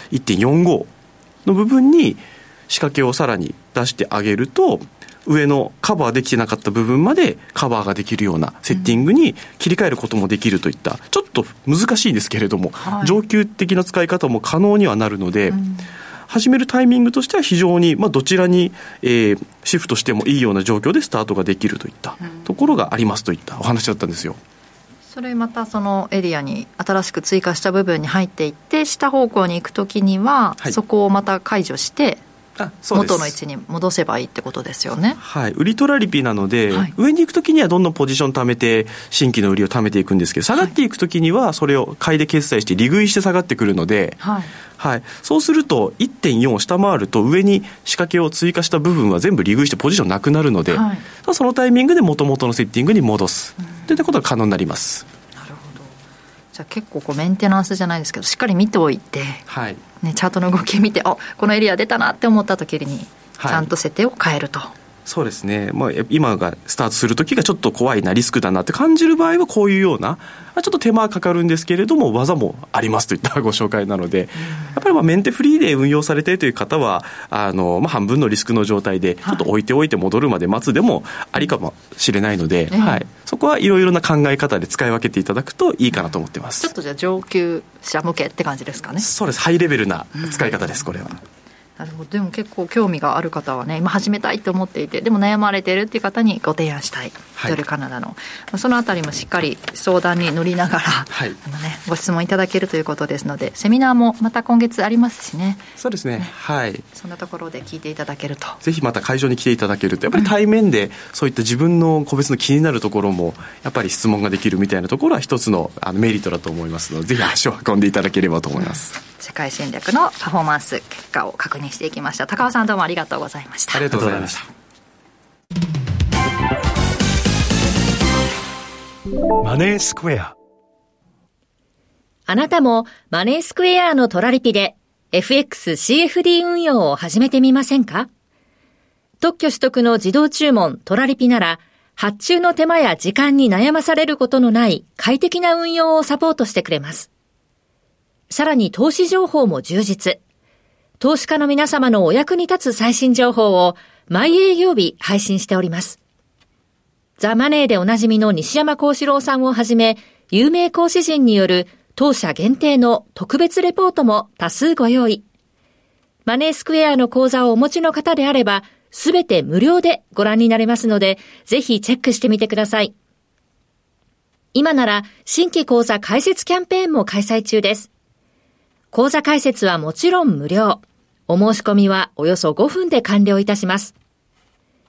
1.45 の部分に仕掛けをさらに出してあげると、上のカバーできてなかった部分までカバーができるようなセッティングに切り替えることもできるといった、ちょっと難しいですけれども、上級的な使い方も可能にはなるので、始めるタイミングとしては非常に、どちらに、シフトしてもいいような状況でスタートができるといったところがありますといったお話だったんですよ。 それまたそのエリアに新しく追加した部分に入っていって、下方向に行くときには、そこをまた解除して元の位置に戻せばいいってことですよね。 はい、売りトラリピなので、上に行くときにはどんどんポジション貯めて新規の売りを貯めていくんですけど、下がっていくときにはそれを買いで決済して利食いして下がってくるので、そうすると 1.4 を下回ると上に仕掛けを追加した部分は全部利食いしてポジションなくなるので、そのタイミングで元々のセッティングに戻すといったことが可能になります。 なるほど。じゃあ結構メンテナンスじゃないですけど、しっかり見ておいて、チャートの動きを見て、このエリア出たなって思った時にちゃんと設定を変えると。 そうですね、今がスタートするときがちょっと怖いな、リスクだなって感じる場合はこういうようなちょっと手間がかかるんですけれども技もありますといったご紹介なので、やっぱりメンテフリーで運用されているという方は半分のリスクの状態でちょっと置いておいて戻るまで待つでもありかもしれないので、そこはいろいろな考え方で使い分けていただくといいかなと思ってます。 ちょっとじゃあ上級者向けって感じですかね。 そうです、ハイレベルな使い方です、これは。 なるほど。でも結構興味がある方はね、今始めたいと思っていて、でも悩まれているっていう方にご提案したい、ドルカナダのそのあたりもしっかり相談に乗りながら、ご質問いただけるということですので、セミナーもまた今月ありますしね。 そうですね、 そんなところで聞いていただけると、 ぜひまた会場に来ていただけると、やっぱり対面でそういった自分の個別の気になるところもやっぱり質問ができるみたいなところは一つのメリットだと思いますので、ぜひ足を運んでいただければと思います。 世界戦略のパフォーマンス結果を確認していきました。高尾さん、どうもありがとうございました。 ありがとうございました。 マネースクエア。 あなたもマネースクエアのトラリピで FXCFD 運用を始めてみませんか？特許取得の自動注文トラリピなら、発注の手間や時間に悩まされることのない快適な運用をサポートしてくれます。さらに投資情報も充実。投資家の皆様のお役に立つ最新情報を毎営業日配信しております。ザ・マネーでおなじみの西山幸四郎さんをはじめ、有名講師陣による当社限定の特別レポートも多数ご用意。マネースクエアの講座をお持ちの方であれば、すべて無料でご覧になれますので、ぜひチェックしてみてください。今なら新規講座開設キャンペーンも開催中です。講座開設はもちろん無料。お申し込みはおよそ5分で完了いたします。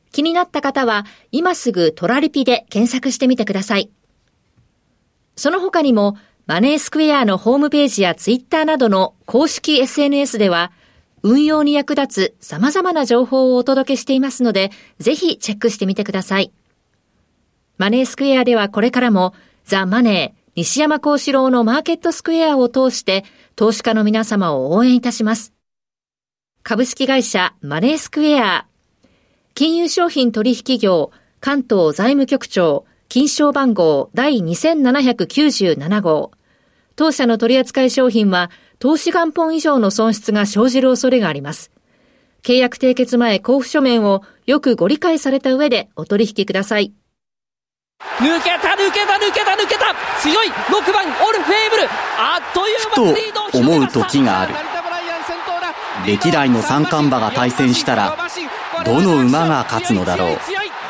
気になった方は今すぐトラリピで検索してみてください。その他にもマネースクエアのホームページやツイッターなどの公式 SNS では運用に役立つ様々な情報をお届けしていますので、ぜひチェックしてみてください。マネースクエアではこれからもザ・マネー西山幸四郎のマーケットスクエアを通して投資家の皆様を応援いたします。株式会社マネースクエア、金融商品取引業関東財務局長金賞番号第2797号。当社の取扱い商品は投資元本以上の損失が生じる恐れがあります。契約締結前交付書面をよくご理解された上でお取引ください。 抜けた強い6番オルフェーブル、あっという間にリードをふと思う時がある。歴代の三冠馬が対戦したらどの馬が勝つのだろう。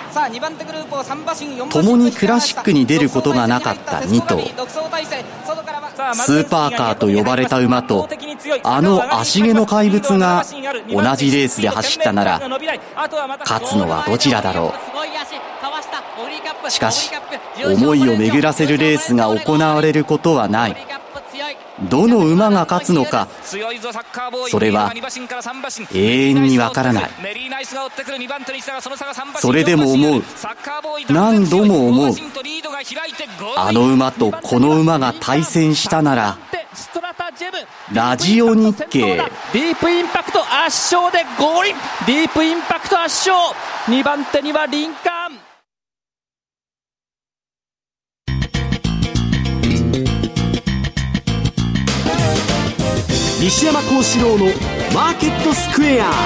共にクラシックに出ることがなかった2頭、スーパーカーと呼ばれた馬とあの足毛の怪物が同じレースで走ったなら勝つのはどちらだろう。しかし思いを巡らせるレースが行われることはない。どの馬が勝つのか、それは永遠にわからない。それでも思う、何度も思う、あの馬とこの馬が対戦したならラジオ日経。 ディープインパクト圧勝でゴールイン。ディープインパクト圧勝。2番手にはリンカーン。 西山幸四郎のマーケットスクエア。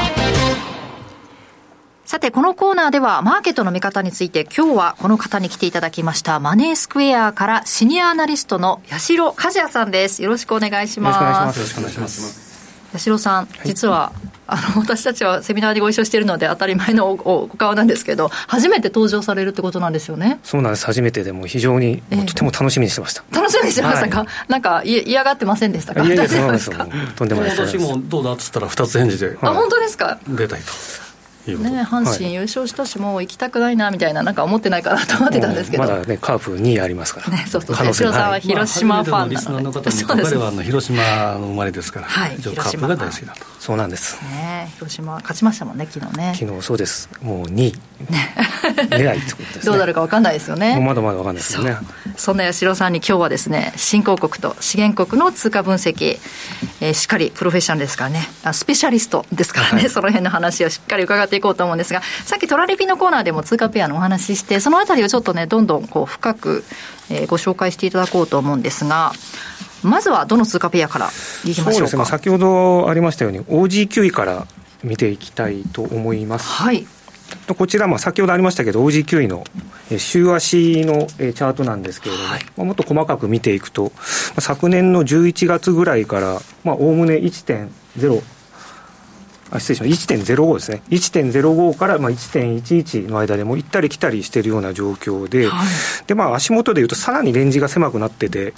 さてこのコーナーではマーケットの見方について今日はこの方に来ていただきました。マネースクエアからシニアアナリストの八代和也さんです。よろしくお願いします。 よろしくお願いします。 八代さん、実は私たちはセミナーでご一緒しているので当たり前のお顔なんですけど、初めて登場されるってことなんですよね。 そうなんです。初めてでも非常に、とても楽しみにしてました。 楽しみにしてましたか、はい、なんか嫌がってませんでしたか。 いやそうなんですよ。とんでもないです。 私もどうだっつったら2つ返事で、 本当ですか。 出たいとね、阪神優勝したし、もう行きたくないなみたいな、なんか思ってないかなと思ってたんですけど、 まだねカープ2位ありますからね。 そうそう、八代さんは広島ファンなので、 リスナーの方も彼は広島の生まれですから、 はい、 カープが大好きだと。 そうなんです、 ね、広島勝ちましたもんね、昨日ね。 昨日そうです。もう2位狙いってことですね。 どうなるか分かんないですよね。 もうまだまだ分かんないですよね。 そんな八代さんに今日はですね、新興国と資源国の通貨分析、しっかりプロフェッショナルですからね、スペシャリストですからね、はい、その辺の話をしっかり伺っていこうと思うんですが、さっきトラリピのコーナーでも通貨ペアのお話しして、そのあたりをちょっとねどんどんこう深く、ご紹介していただこうと思うんですが、まずはどの通貨ペアからいきましょうか。 そうですね、先ほどありましたように OG9 位から見ていきたいと思います。 はい。 こちら先ほどありましたけど OG9 位の週足のチャートなんですけれども、はい、もっと細かく見ていくと、昨年の11月ぐらいからおおむね 1.0失礼しました 1.05 ですね。 1.05 から1.11 の間でも行ったり来たりしているような状況で、はい、で足元でいうとさらにレンジが狭くなってて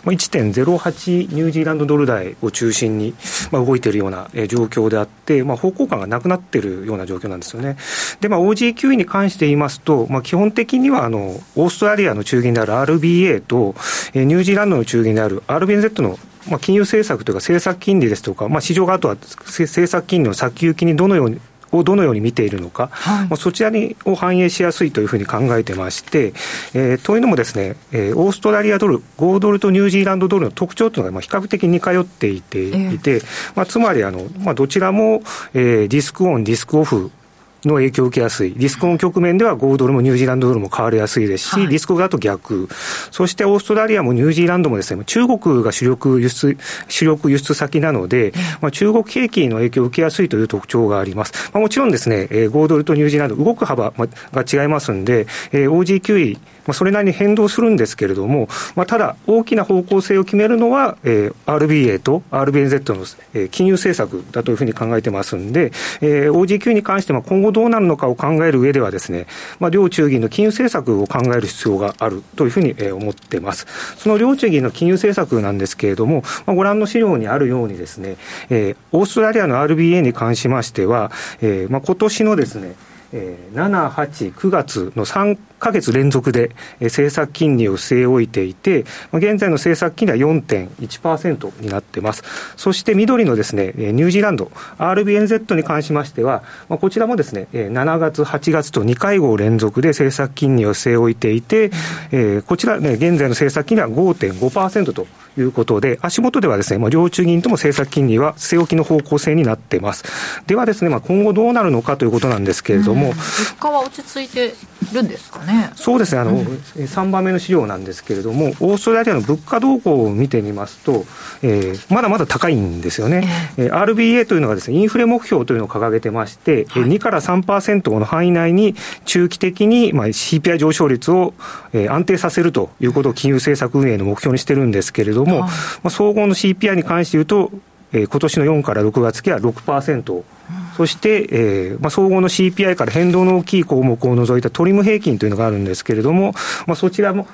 1.08 ニュージーランドドル台を中心に動いているような状況であって、方向感がなくなっているような状況なんですよね。でOG9 位に関して言いますと、基本的にはオーストラリアの中銀である RBA とニュージーランドの中銀である RBNZ の金融政策というか政策金利ですとか、市場があとは政策金利の先行きにどのように見ているのか、はい、そちらを反映しやすいというふうに考えてまして、というのもですね、オーストラリアドル、5ドルとニュージーランドドルの特徴というのが比較的似通っていて、つまりどちらも、ディスクオンディスクオフの影響を受けやすい。ディスクオン局面では5ドルもニュージーランドドルも買われやすいですし、はい、ディスクオフだと逆。そしてオーストラリアもニュージーランドもですね、中国が主力輸出先なので、中国景気の影響を受けやすいという特徴があります。もちろんですね、5ドルとニュージーランド動く幅が違いますんで、OG9 位、それなりに変動するんですけれども、ただ大きな方向性を決めるのは、RBA と RBNZ の、金融政策だというふうに考えてますんで、OG9 に関しては今後どうなるのかを考える上ではですね、両中銀の金融政策を考える必要があるというふうに、思ってます。その両中銀の金融政策なんですけれども、ご覧の資料にあるようにですね、オーストラリアの RBA に関しましては、今年のですね、 7、8、9月の3ヶ月連続で政策金利を据え置いていて、現在の政策金利は 4.1% になっています。そして緑のですね、ニュージーランド RBNZ に関しましては、こちらもですね、7月、8月と2会合連続で政策金利を据え置いていて、こちらね、現在の政策金利は 5.5% ということで、足元ではですね、両中銀とも政策金利は据え置きの方向性になっています。ではですね、今後どうなるのかということなんですけれども、 物価は落ち着いてるんですかね。 そうですね、3番目の資料なんですけれども、オーストラリアの物価動向を見てみますと、まだまだ高いんですよね。RBA というのがですね、インフレ目標というのを掲げてまして、2から 3% の範囲内に中期的にCPI 上昇率を安定させるということを金融政策運営の目標にしてるんですけれども、総合の CPI に関して言うと、今年の4から6月期は 6%、そして、総合の CPI から変動の大きい項目を除いたトリム平均というのがあるんですけれども、そちらも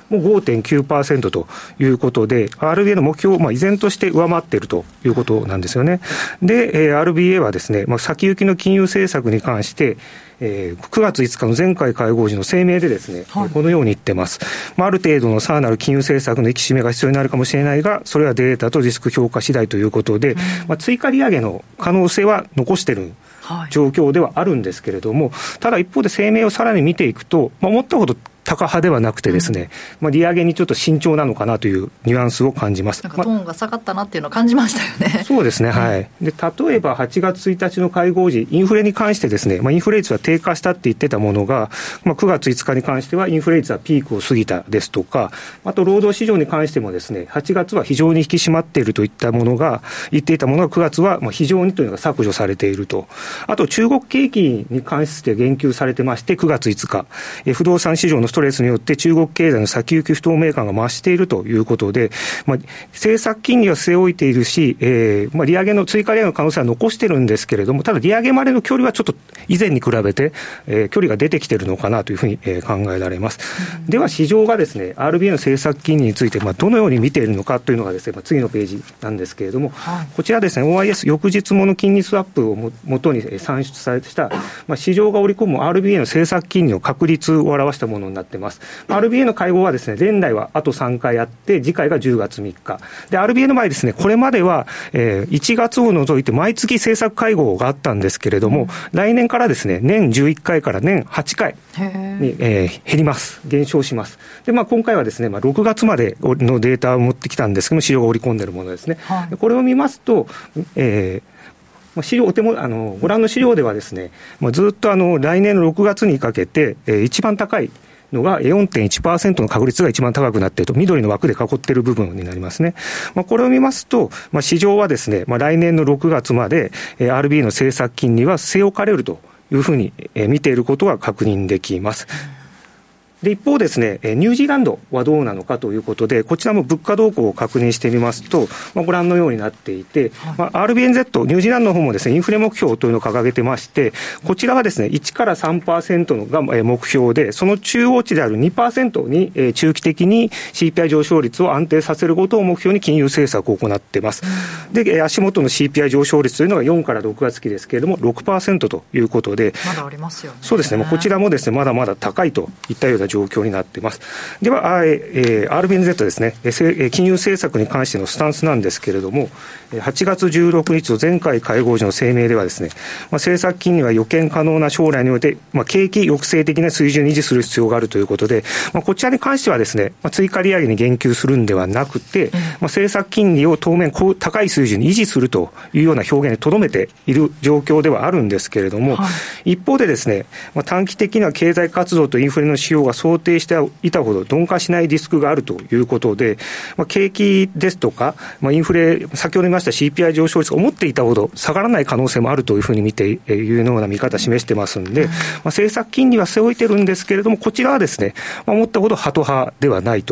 5.9% ということで、RBA の目標を依然として上回っているということなんですよね。で、RBA はですね、先行きの金融政策に関して、9月5日の前回会合時の声明でですね、このように言ってます。ある程度のさらなる金融政策の引き締めが必要になるかもしれないが、それはデータとリスク評価次第ということで、追加利上げの可能性は残している状況ではあるんですけれども、ただ一方で声明をさらに見ていくと、思ったほど高派ではなくてですね、利上げにちょっと慎重なのかなというニュアンスを感じます。 なんかトーンが下がったなっていうのを感じましたよね。 そうですね、はい。で、例えば8月1日の会合時、インフレに関してですね、インフレ率は低下したって言ってたものが、9月5日に関してはインフレ率はピークを過ぎたですとか、あと労働市場に関してもですね、8月は非常に引き締まっているといったものが、言っていたものが9月は非常にというのが削除されていると。あと中国景気に関して言及されてまして、9月5日、不動産市場のストレスによって中国経済の先行き不透明感が増しているということで、政策金利は据え置いているし、利上げの追加利上げの可能性は残してるんですけれども、ただ利上げまでの距離はちょっと以前に比べて、距離が出てきているのかなというふうに、考えられます。では市場がですね RBA の政策金利について、どのように見ているのかというのがですね、次のページなんですけれども、こちらですね OIS 翌日もの金利スワップをもとに算出された、市場が織り込む RBA の政策金利の確率を表したものになっています。RBA の会合はですね、前来はあと3回あって、次回が10月3日。で、RBA の場合ですね、これまでは、1月を除いて毎月政策会合があったんですけれども、来年からですね、年11回から年8回に、減ります。減少します。で、今回はですね、6月までのデータを持ってきたんですけども、市場が織り込んでいるものですね。これを見ますと、資料ご覧の資料ではですね、ずっと来年の6月にかけて、一番高いのが 4.1% の確率が一番高くなっていると、緑の枠で囲っている部分になりますね。これを見ますと、市場はですね、来年の6月まで RBA の政策金利は据え置かれるというふうに見ていることが確認できます。で、一方ですね、ニュージーランドはどうなのかということで、こちらも物価動向を確認してみますと、ご覧のようになっていて、RBNZ、ニュージーランドの方もですね、インフレ目標というのを掲げてまして、こちらはですね、1から 3% のが目標で、その中央値である 2% に中期的に CPI 上昇率を安定させることを目標に金融政策を行っています。で、足元の CPI 上昇率というのが4から6月期ですけれども、6% ということで、 まだありますよね。 そうですね、こちらもですね、まだまだ高いといったような状況になっています。では、RBNZ ですね、金融政策に関してのスタンスなんですけれども、8月16日の前回会合時の声明ではですね、政策金利は予見可能な将来において、景気抑制的な水準に維持する必要があるということで、こちらに関してはですね、追加利上げに言及するんではなくて、政策金利を当面高い水準に維持するというような表現にとどめている状況ではあるんですけれども、一方でですね、短期的な経済活動とインフレの指標が想定していたほど鈍化しないリスクがあるということで、景気ですとか、インフレ、先ほど言いました CPI 上昇率が思っていたほど下がらない可能性もあるというふうに見ているような見方を示してますんで、政策金利は据え置いてるんですけれども、こちらはですね、思ったほどハト派ではないと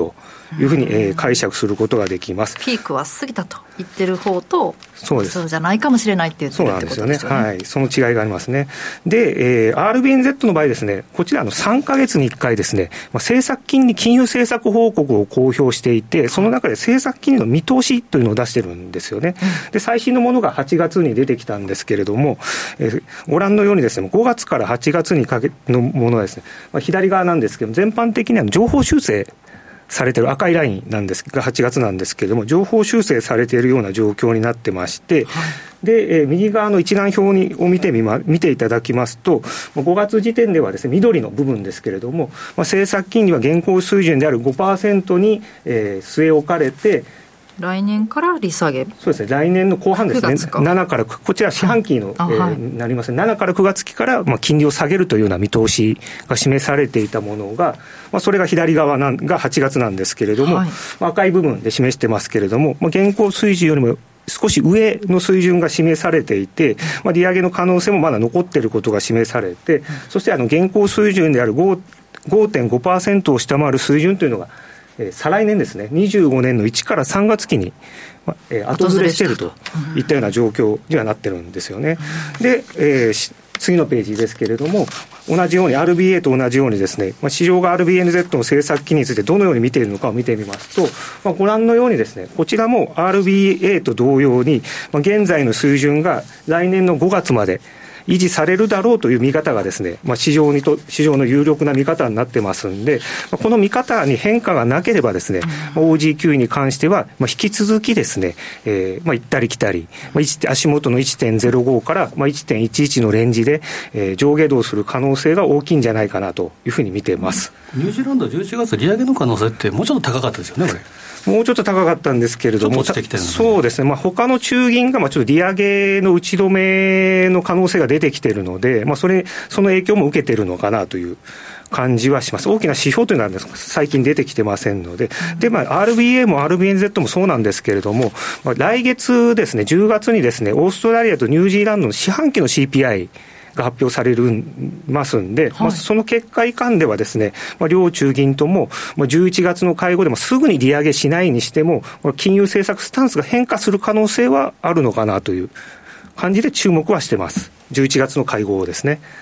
いうふうに、解釈することができます。 ピークは過ぎたと言ってる方と、 そうです。 そうじゃないかもしれないっていうそうなんですよね。はい。その違いがありますね。で、RBNZ の場合ですね、こちら3ヶ月に1回ですね、政策金利、金融政策報告を公表していて、その中で政策金利の見通しというのを出してるんですよね。で、最新のものが8月に出てきたんですけれども、ご覧のようにですね、5月から8月にかけのものはですね、左側なんですけど、全般的には情報修正されている赤いラインなんですが8月なんですけれども、情報修正されているような状況になってまして、はい、で、右側の一覧表を見ていただきますと、5月時点ではですね、緑の部分ですけれども、政策金利は現行水準である 5% に、据え置かれて、 来年から利下げ。 そうですね。来年の後半ですね。7から、こちら四半期の、なりますね。7から9月期から、金利を下げるというような見通しが示されていたものが、それが左側が8月なんですけれども、はい、赤い部分で示してますけれども、現行水準よりも少し上の水準が示されていて、利上げの可能性もまだ残っていることが示されて、そして現行水準である 5.5% を下回る水準というのが、再来年ですね、25年の1から3月期に、後ずれしているといったような状況にはなってるんですよね。で、次のページですけれども、同じように RBA と同じようにですね、市場が RBNZ の政策金利についてどのように見ているのかを見てみますと、ご覧のようにですね、こちらも RBA と同様に、現在の水準が来年の5月まで維持されるだろうという見方がですね、市場の有力な見方になってますんで、この見方に変化がなければですね、OG9 に関しては、引き続きですね、行ったり来たり、足元の 1.05 から、1.11 のレンジで、上下動する可能性が大きいんじゃないかなというふうに見ています。 ニュージーランド11月利上げの可能性ってもうちょっと高かったですよね、これ。 もうちょっと高かったんですけれども、そうですね、他の中銀がちょっと利上げの打ち止めの可能性が出てきているので、その影響も受けているのかなという感じはします。大きな指標というのは最近出てきてませんので、で、RBA も RBNZ もそうなんですけれども、来月ですね、10月にですね、オーストラリアとニュージーランドの四半期の CPIが発表されますんで、はい、その結果以下ではですね、両中銀とも11月の会合でもすぐに利上げしないにしても、金融政策スタンスが変化する可能性はあるのかなという感じで注目はしてます。11月の会合ですね。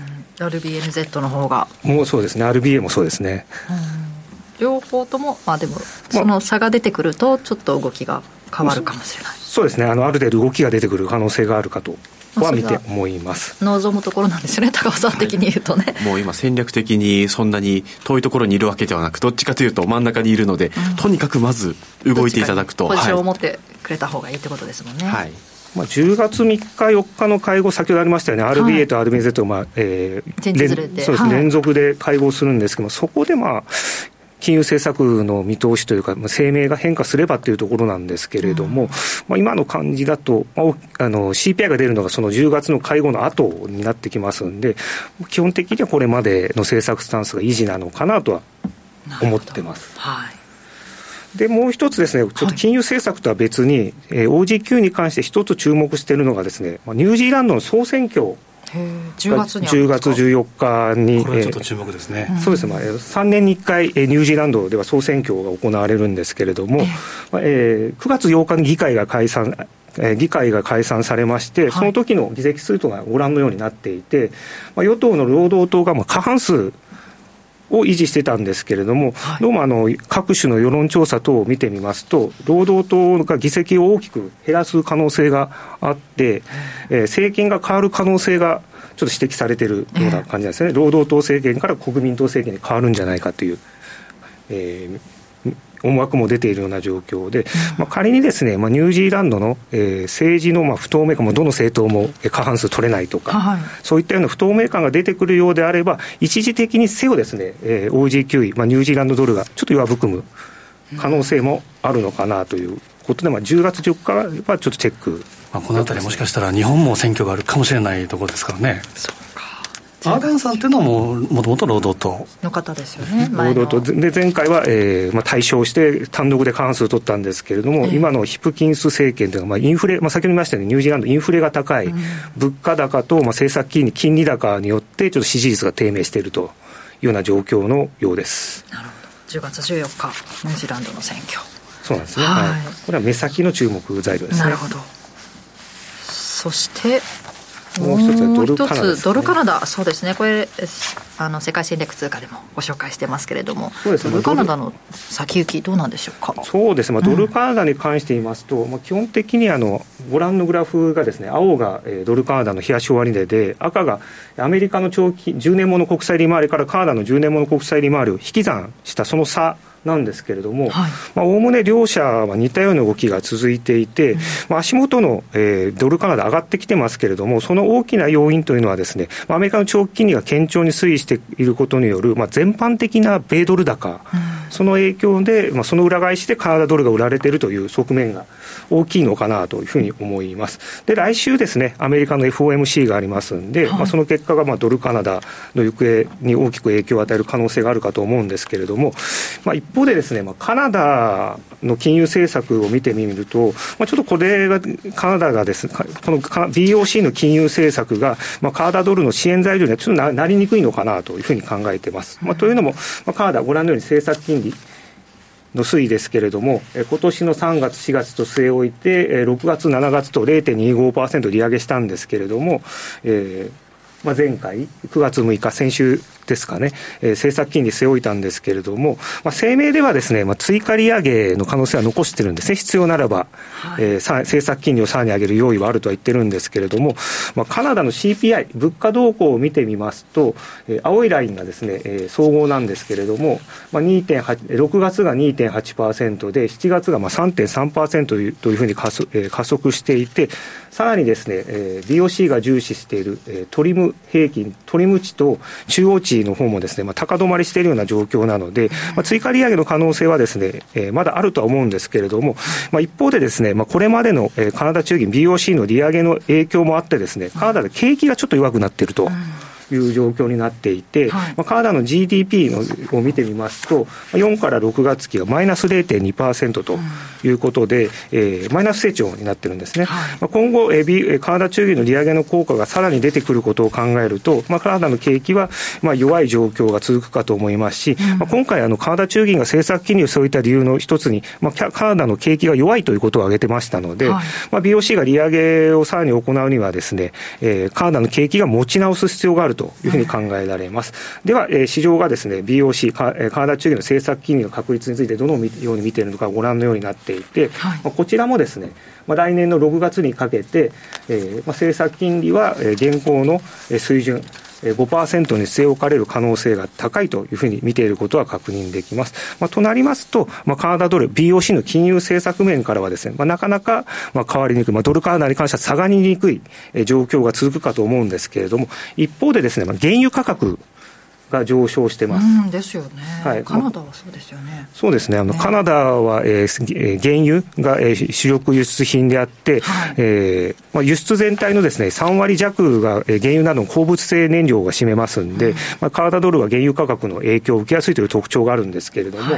RBNZ の方がもうそうですね、RBA もそうですね。 両方とも、でもその差が出てくるとちょっと動きが変わるかもしれない。 そうですね、ある程度動きが出てくる可能性があるかとは見て思います。 望むところなんですよね、高尾さん的に言うとね。 もう今戦略的にそんなに遠いところにいるわけではなく、どっちかというと真ん中にいるので、とにかくまず動いていただくとポジションを持ってくれた方がいいってことですもんね。 はい。10月3日4日の会合、先ほどありましたよね、RBA と RBNZ が、そうですね、連続で会合するんですけども、そこで金融政策の見通しというか、声明が変化すればというところなんですけれども、今の感じだと、CPI が出るのがその10月の会合の後になってきますんで、基本的にはこれまでの政策スタンスが維持なのかなとは思ってます。 はい。 で、もう一つですね、ちょっと金融政策とは別に、OG9 に関して一つ注目しているのがですね、ニュージーランドの総選挙、 10 月14日に、 これはちょっと注目ですね。 そうですね、3年に1回、ニュージーランドでは総選挙が行われるんですけれども、9月8日に議会が解散されまして、その時の議席数というのがご覧のようになっていて、与党の労働党が過半数を維持してたんですけれども、どうも各種の世論調査等を見てみますと、労働党が議席を大きく減らす可能性があって、政権が変わる可能性がちょっと指摘されているような感じなんですね。労働党政権から国民党政権に変わるんじゃないかという、思惑も出ているような状況で、仮にですね、ニュージーランドの、政治の不透明感もどの政党も過半数取れないとか、そういったような不透明感が出てくるようであれば、一時的にせよですね、OG9 位、ニュージーランドドルがちょっと弱含む可能性もあるのかなということで、10月10日はちょっとチェック、 このあたりもしかしたら日本も選挙があるかもしれないところですからね。アーダンさんっていうのももともと労働党の方ですよね。 労働党で前回は、大勝して単独で過半数取ったんですけれども、今のヒプキンス政権というのは、インフレ、先ほど言いましたようにニュージーランドインフレが高い、物価高と、政策金利高によってちょっと支持率が低迷しているというような状況のようです。 なるほど。 10月14日ニュージーランドの選挙。 そうなんですね、はい、これは目先の注目材料ですね。 なるほど。そしてもう一つはドルカナダですね。 ドルカナダ、そうですね、これ世界戦略通貨でもご紹介してますけれども、そうですね、ドルカナダの先行きどうなんでしょうか。 そうですね、ドルカナダに関して言いますと、基本的にご覧のグラフがですね、青がドルカナダの冷やし終値で、赤がアメリカの長期10年もの国債利回りからカナダの10年もの国債利回りを引き算したその差なんですけれども、おおむね両者は似たような動きが続いていて、足元の、ドルカナダ上がってきてますけれども、その大きな要因というのはですね、アメリカの長期金利が堅調に推移していることによる、全般的な米ドル高、その影響で、その裏返しでカナダドルが売られているという側面が大きいのかなというふうに思います。で、来週ですね、アメリカの FOMC がありますんで、その結果がドルカナダの行方に大きく影響を与える可能性があるかと思うんですけれども、一方でですね、カナダの金融政策を見てみると、ちょっとこれがカナダがですね、この BOC の金融政策が、カナダドルの支援材料にはちょっとなりにくいのかなというふうに考えています。というのも、カナダご覧のように政策金利の推移ですけれども、今年の3月4月と据え置いて、6月7月と 0.25% 利上げしたんですけれども、前回9月6日先週ですかね、政策金利据え置いたんですけれども、声明ではですね、追加利上げの可能性は残してるんですね。必要ならば、政策金利をさらに上げる用意はあるとは言ってるんですけれども、カナダの CPI 物価動向を見てみますと、青いラインがですね、総合なんですけれども、6月が 2.8% で7月が3.3% というふうに加速していて、さらにですね、BOC が重視しているトリム平均、トリム値と中央値の方もですね、高止まりしているような状況なので、追加利上げの可能性はですね、まだあるとは思うんですけれども、一方でですね、これまでのカナダ中銀 BOC の利上げの影響もあってですね、カナダで景気がちょっと弱くなっているという状況になっていて、カナダの GDP を見てみますと、4から6月期がマイナス 0.2% ということで、マイナス成長になってるんですね。今後、カナダ中銀の利上げの効果がさらに出てくることを考えると、カナダの景気は弱い状況が続くかと思いますし、今回カナダ中銀が政策金利を据えた理由の一つに、カナダの景気が弱いということを挙げてましたので、BOC が利上げをさらに行うにはですね、カナダの景気が持ち直す必要があるというふうに考えられます。では、市場がですね BOC カナダ中銀の政策金利の確率についてどのように見ているのかご覧のようになっていて、こちらもですね、来年の6月にかけて、政策金利は現行の水準5% に据え置かれる可能性が高いというふうに見ていることは確認できます。となりますと、カナダドル BOC の金融政策面からはですね、なかなか変わりにくい、ドルカナダに関しては下がりにくい状況が続くかと思うんですけれども、一方でですね、原油価格が上昇してます。 ですよね。はい、カナダはそうですよね。 そうですね。カナダは、原油が、主力輸出品であって、輸出全体のですね3割弱が原油などの鉱物性燃料が占めますんで、カナダドルは原油価格の影響を受けやすいという特徴があるんですけれども、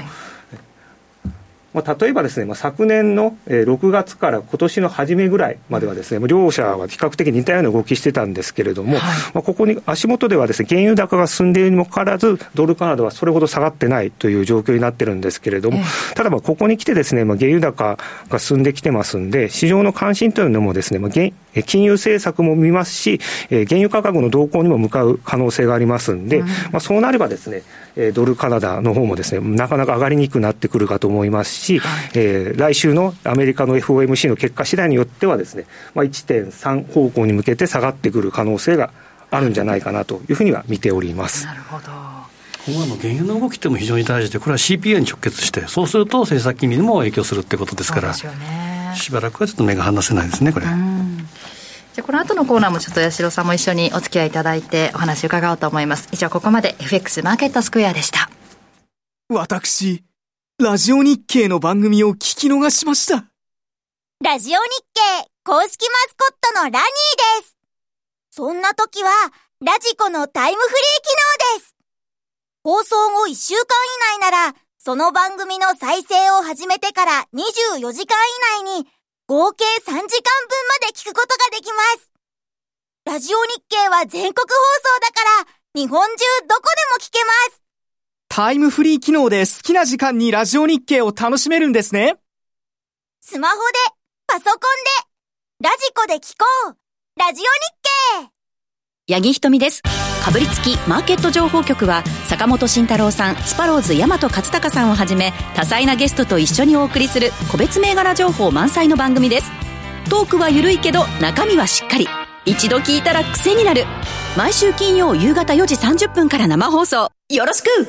例えばですね、昨年の6月から今年の初めぐらいまではですね、両者は比較的似たような動きしてたんですけれども、ここに足元ではですね、原油高が進んでいるにもかかわらず、ドルカナダはそれほど下がってないという状況になってるんですけれども、ただここに来てですね、原油高が進んできてますんで、市場の関心というのもですね、金融政策も見ますし、原油価格の動向にも向かう可能性がありますんで、そうなればですね、ドルカナダの方もですね、なかなか上がりにくくなってくるかと思いますし、来週のアメリカの FOMC の結果次第によってはですね、1.3 方向に向けて下がってくる可能性があるんじゃないかなというふうには見ております。 なるほど。 今の原油の動きっても非常に大事で、これは CPI に直結して、そうすると政策金利にも影響するってことですから、しばらくはちょっと目が離せないですね、これ。 じゃこの後のコーナーもちょっと八代さんも一緒にお付き合いいただいてお話を伺おうと思います。以上、ここまで FX マーケットスクエアでした。 私、ラジオ日経の番組を聞き逃しました。 ラジオ日経公式マスコットのラニーです。そんな時はラジコのタイムフリー機能です。放送後1週間以内なら、その番組の再生を始めてから24時間以内に合計3時間分まで聞くことができます。ラジオ日経は全国放送だから、日本中どこでも聞けます。 タイムフリー機能で好きな時間にラジオ日経を楽しめるんですね。 スマホで、パソコンで、ラジコで聞こう。ラジオ日経。 八木ひとみです。かぶりつきマーケット情報局は坂本慎太郎さん、スパローズ大和勝孝さんをはじめ多彩なゲストと一緒にお送りする個別銘柄情報満載の番組です。トークは緩いけど中身はしっかり、一度聞いたら癖になる。毎週金曜夕方4時30分から生放送、よろしく。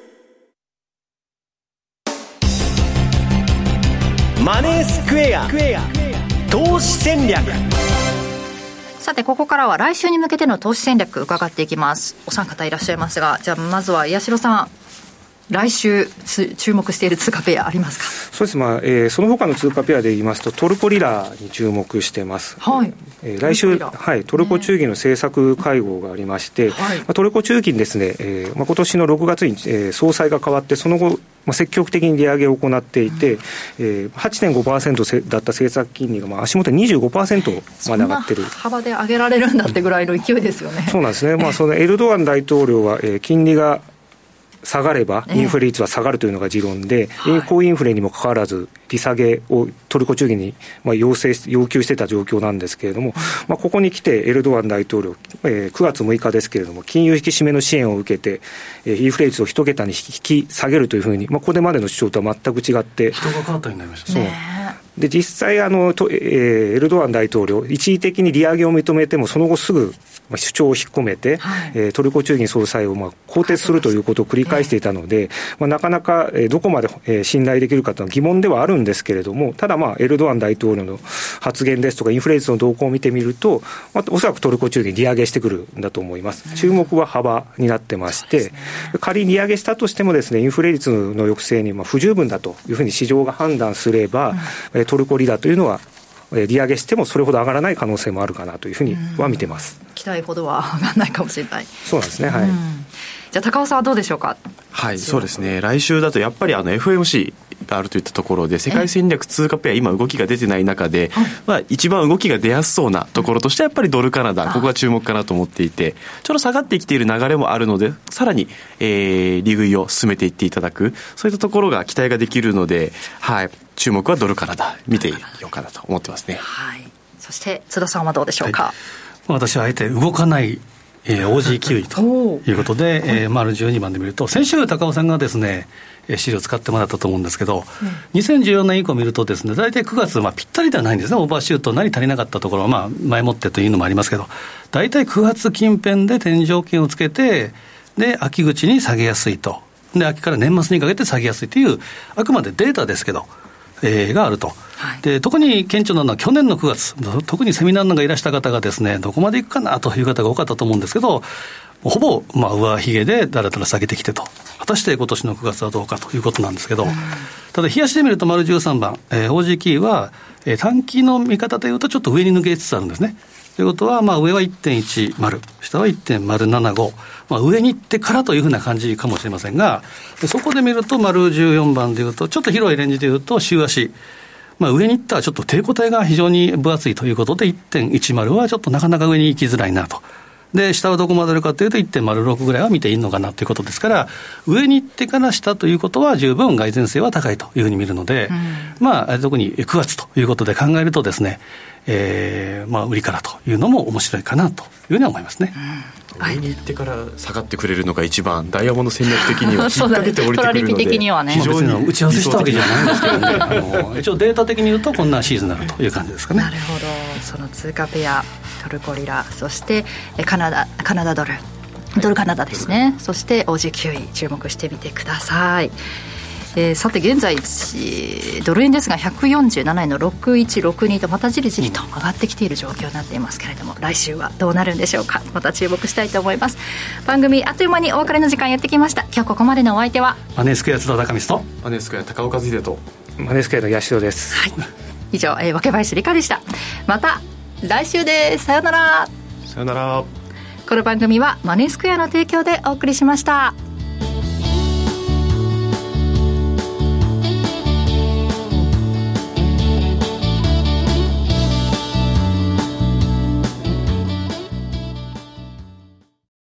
マネースクエア投資戦略。 さてここからは来週に向けての投資戦略伺っていきます。お三方いらっしゃいますが、じゃあまずは八代さん、来週注目している通貨ペアありますか？ そうです、その他の通貨ペアで言いますとトルコリラに注目してます、はい。来週、はい、トルコ中銀の政策会合がありまして、はい、トルコ中銀ですね、今年の6月に、総裁が変わってその後、積極的に利上げを行っていて、8.5% だった政策金利が足元 25% まで上がってる。 そんな幅で上げられるんだってぐらいの勢いですよね。 そうなんですね、そのエルドアン大統領は、金利が下がればインフレ率は下がるというのが持論で、高インフレにもかかわらず利下げをトルコ中銀に要求していた状況なんですけれども、ここに来てエルドアン大統領、9月6日ですけれども金融引き締めの支援を受けてインフレ率を一桁に引き下げるというふうに、これまでの主張とは全く違って人が変わったようになりました。 そうで実際エルドアン大統領一時的に利上げを認めてもその後すぐ主張を引っ込めて、はい、トルコ中銀総裁を更迭するということを繰り返していたので、なかなかどこまで信頼できるかというのは疑問ではあるんですけれども、ただエルドアン大統領の発言ですとかインフレ率の動向を見てみると、おそらくトルコ中銀利上げしてくるんだと思います。注目は幅になってまして、仮に利上げしたとしてもですね、インフレ率の抑制に不十分だというふうに市場が判断すれば、トルコリラというのは利上げしてもそれほど上がらない可能性もあるかなというふうには見てます。 期待ほどは上がらないかもしれない。 そうなんですね、はい。 じゃあ高尾さんはどうでしょうか？ はい、そうですね、来週だとやっぱりFOMC があるといったところで世界戦略通貨ペア今動きが出てない中で、一番動きが出やすそうなところとしてはやっぱりドルカナダ、ここが注目かなと思っていて、ちょっと下がってきている流れもあるのでさらに、利食いを進めていっていただく、そういったところが期待ができるので、はい、注目はドルカナダ見ていようかなと思ってますね。 はい、そして津田さんはどうでしょうか？はい、 私はあえて動かないOG キウイということで、丸12番で見ると、先週高尾さんがですね資料を使ってもらったと思うんですけど、2014年以降見るとですね、大体9月、ぴったりではないんですね。オーバーシュートなり足りなかったところは、前もってというのもありますけど、大体9月近辺で天井圏をつけて、で秋口に下げやすいと、で秋から年末にかけて下げやすいという、あくまでデータですけど、があると。で特に顕著なのは去年の9月、特にセミナーなんかいらした方がですね、どこまでいくかなという方が多かったと思うんですけど、ほぼ上髭でだらだら下げてきてと、果たして今年の9月はどうかということなんですけど、ただ冷やしで見ると丸13番、OG キーは、短期の見方というとちょっと上に抜けつつあるんですね。ということは、上は 1.10、下は 1.075、上に行ってからというふうな感じかもしれませんが、そこで見ると丸14番でいうと、ちょっと広いレンジでいうと週足、上に行ったらちょっと抵抗体が非常に分厚いということで 1.10 はちょっとなかなか上に行きづらいなと。で下はどこまであるかというと 1.06 ぐらいは見ていいのかなということですから、上に行ってから下ということは十分蓋然性は高いというふうに見るので、特に9月ということで考えるとですね、売りからというのも面白いかなというふうに思いますね。 上に行ってから下がってくれるのが一番ダイヤモンド戦略的には引っ掛けて降りてくるので、 的にはね、 非常に打ち合わせしたわけじゃないんですけどね一応データ的に言うとこんなシーズンになるという感じですかね。 なるほど。その通貨ペアトルコリラ、そしてカナダドル、ドルカナダですね、そして OG キウイ注目してみてください。さて現在ドル円ですが147円の6162とまたじりじりと上がってきている状況になっていますけれども、来週はどうなるんでしょうか。また注目したいと思います。番組あっという間にお別れの時間やってきました。今日ここまでのお相手はマネースクエア津田高光とマネースクエア高岡秀とマネースクエアの八代です。 はい、以上、若林理香でした。また来週です。さよなら。 さよなら。 この番組はマネースクエアの提供でお送りしました。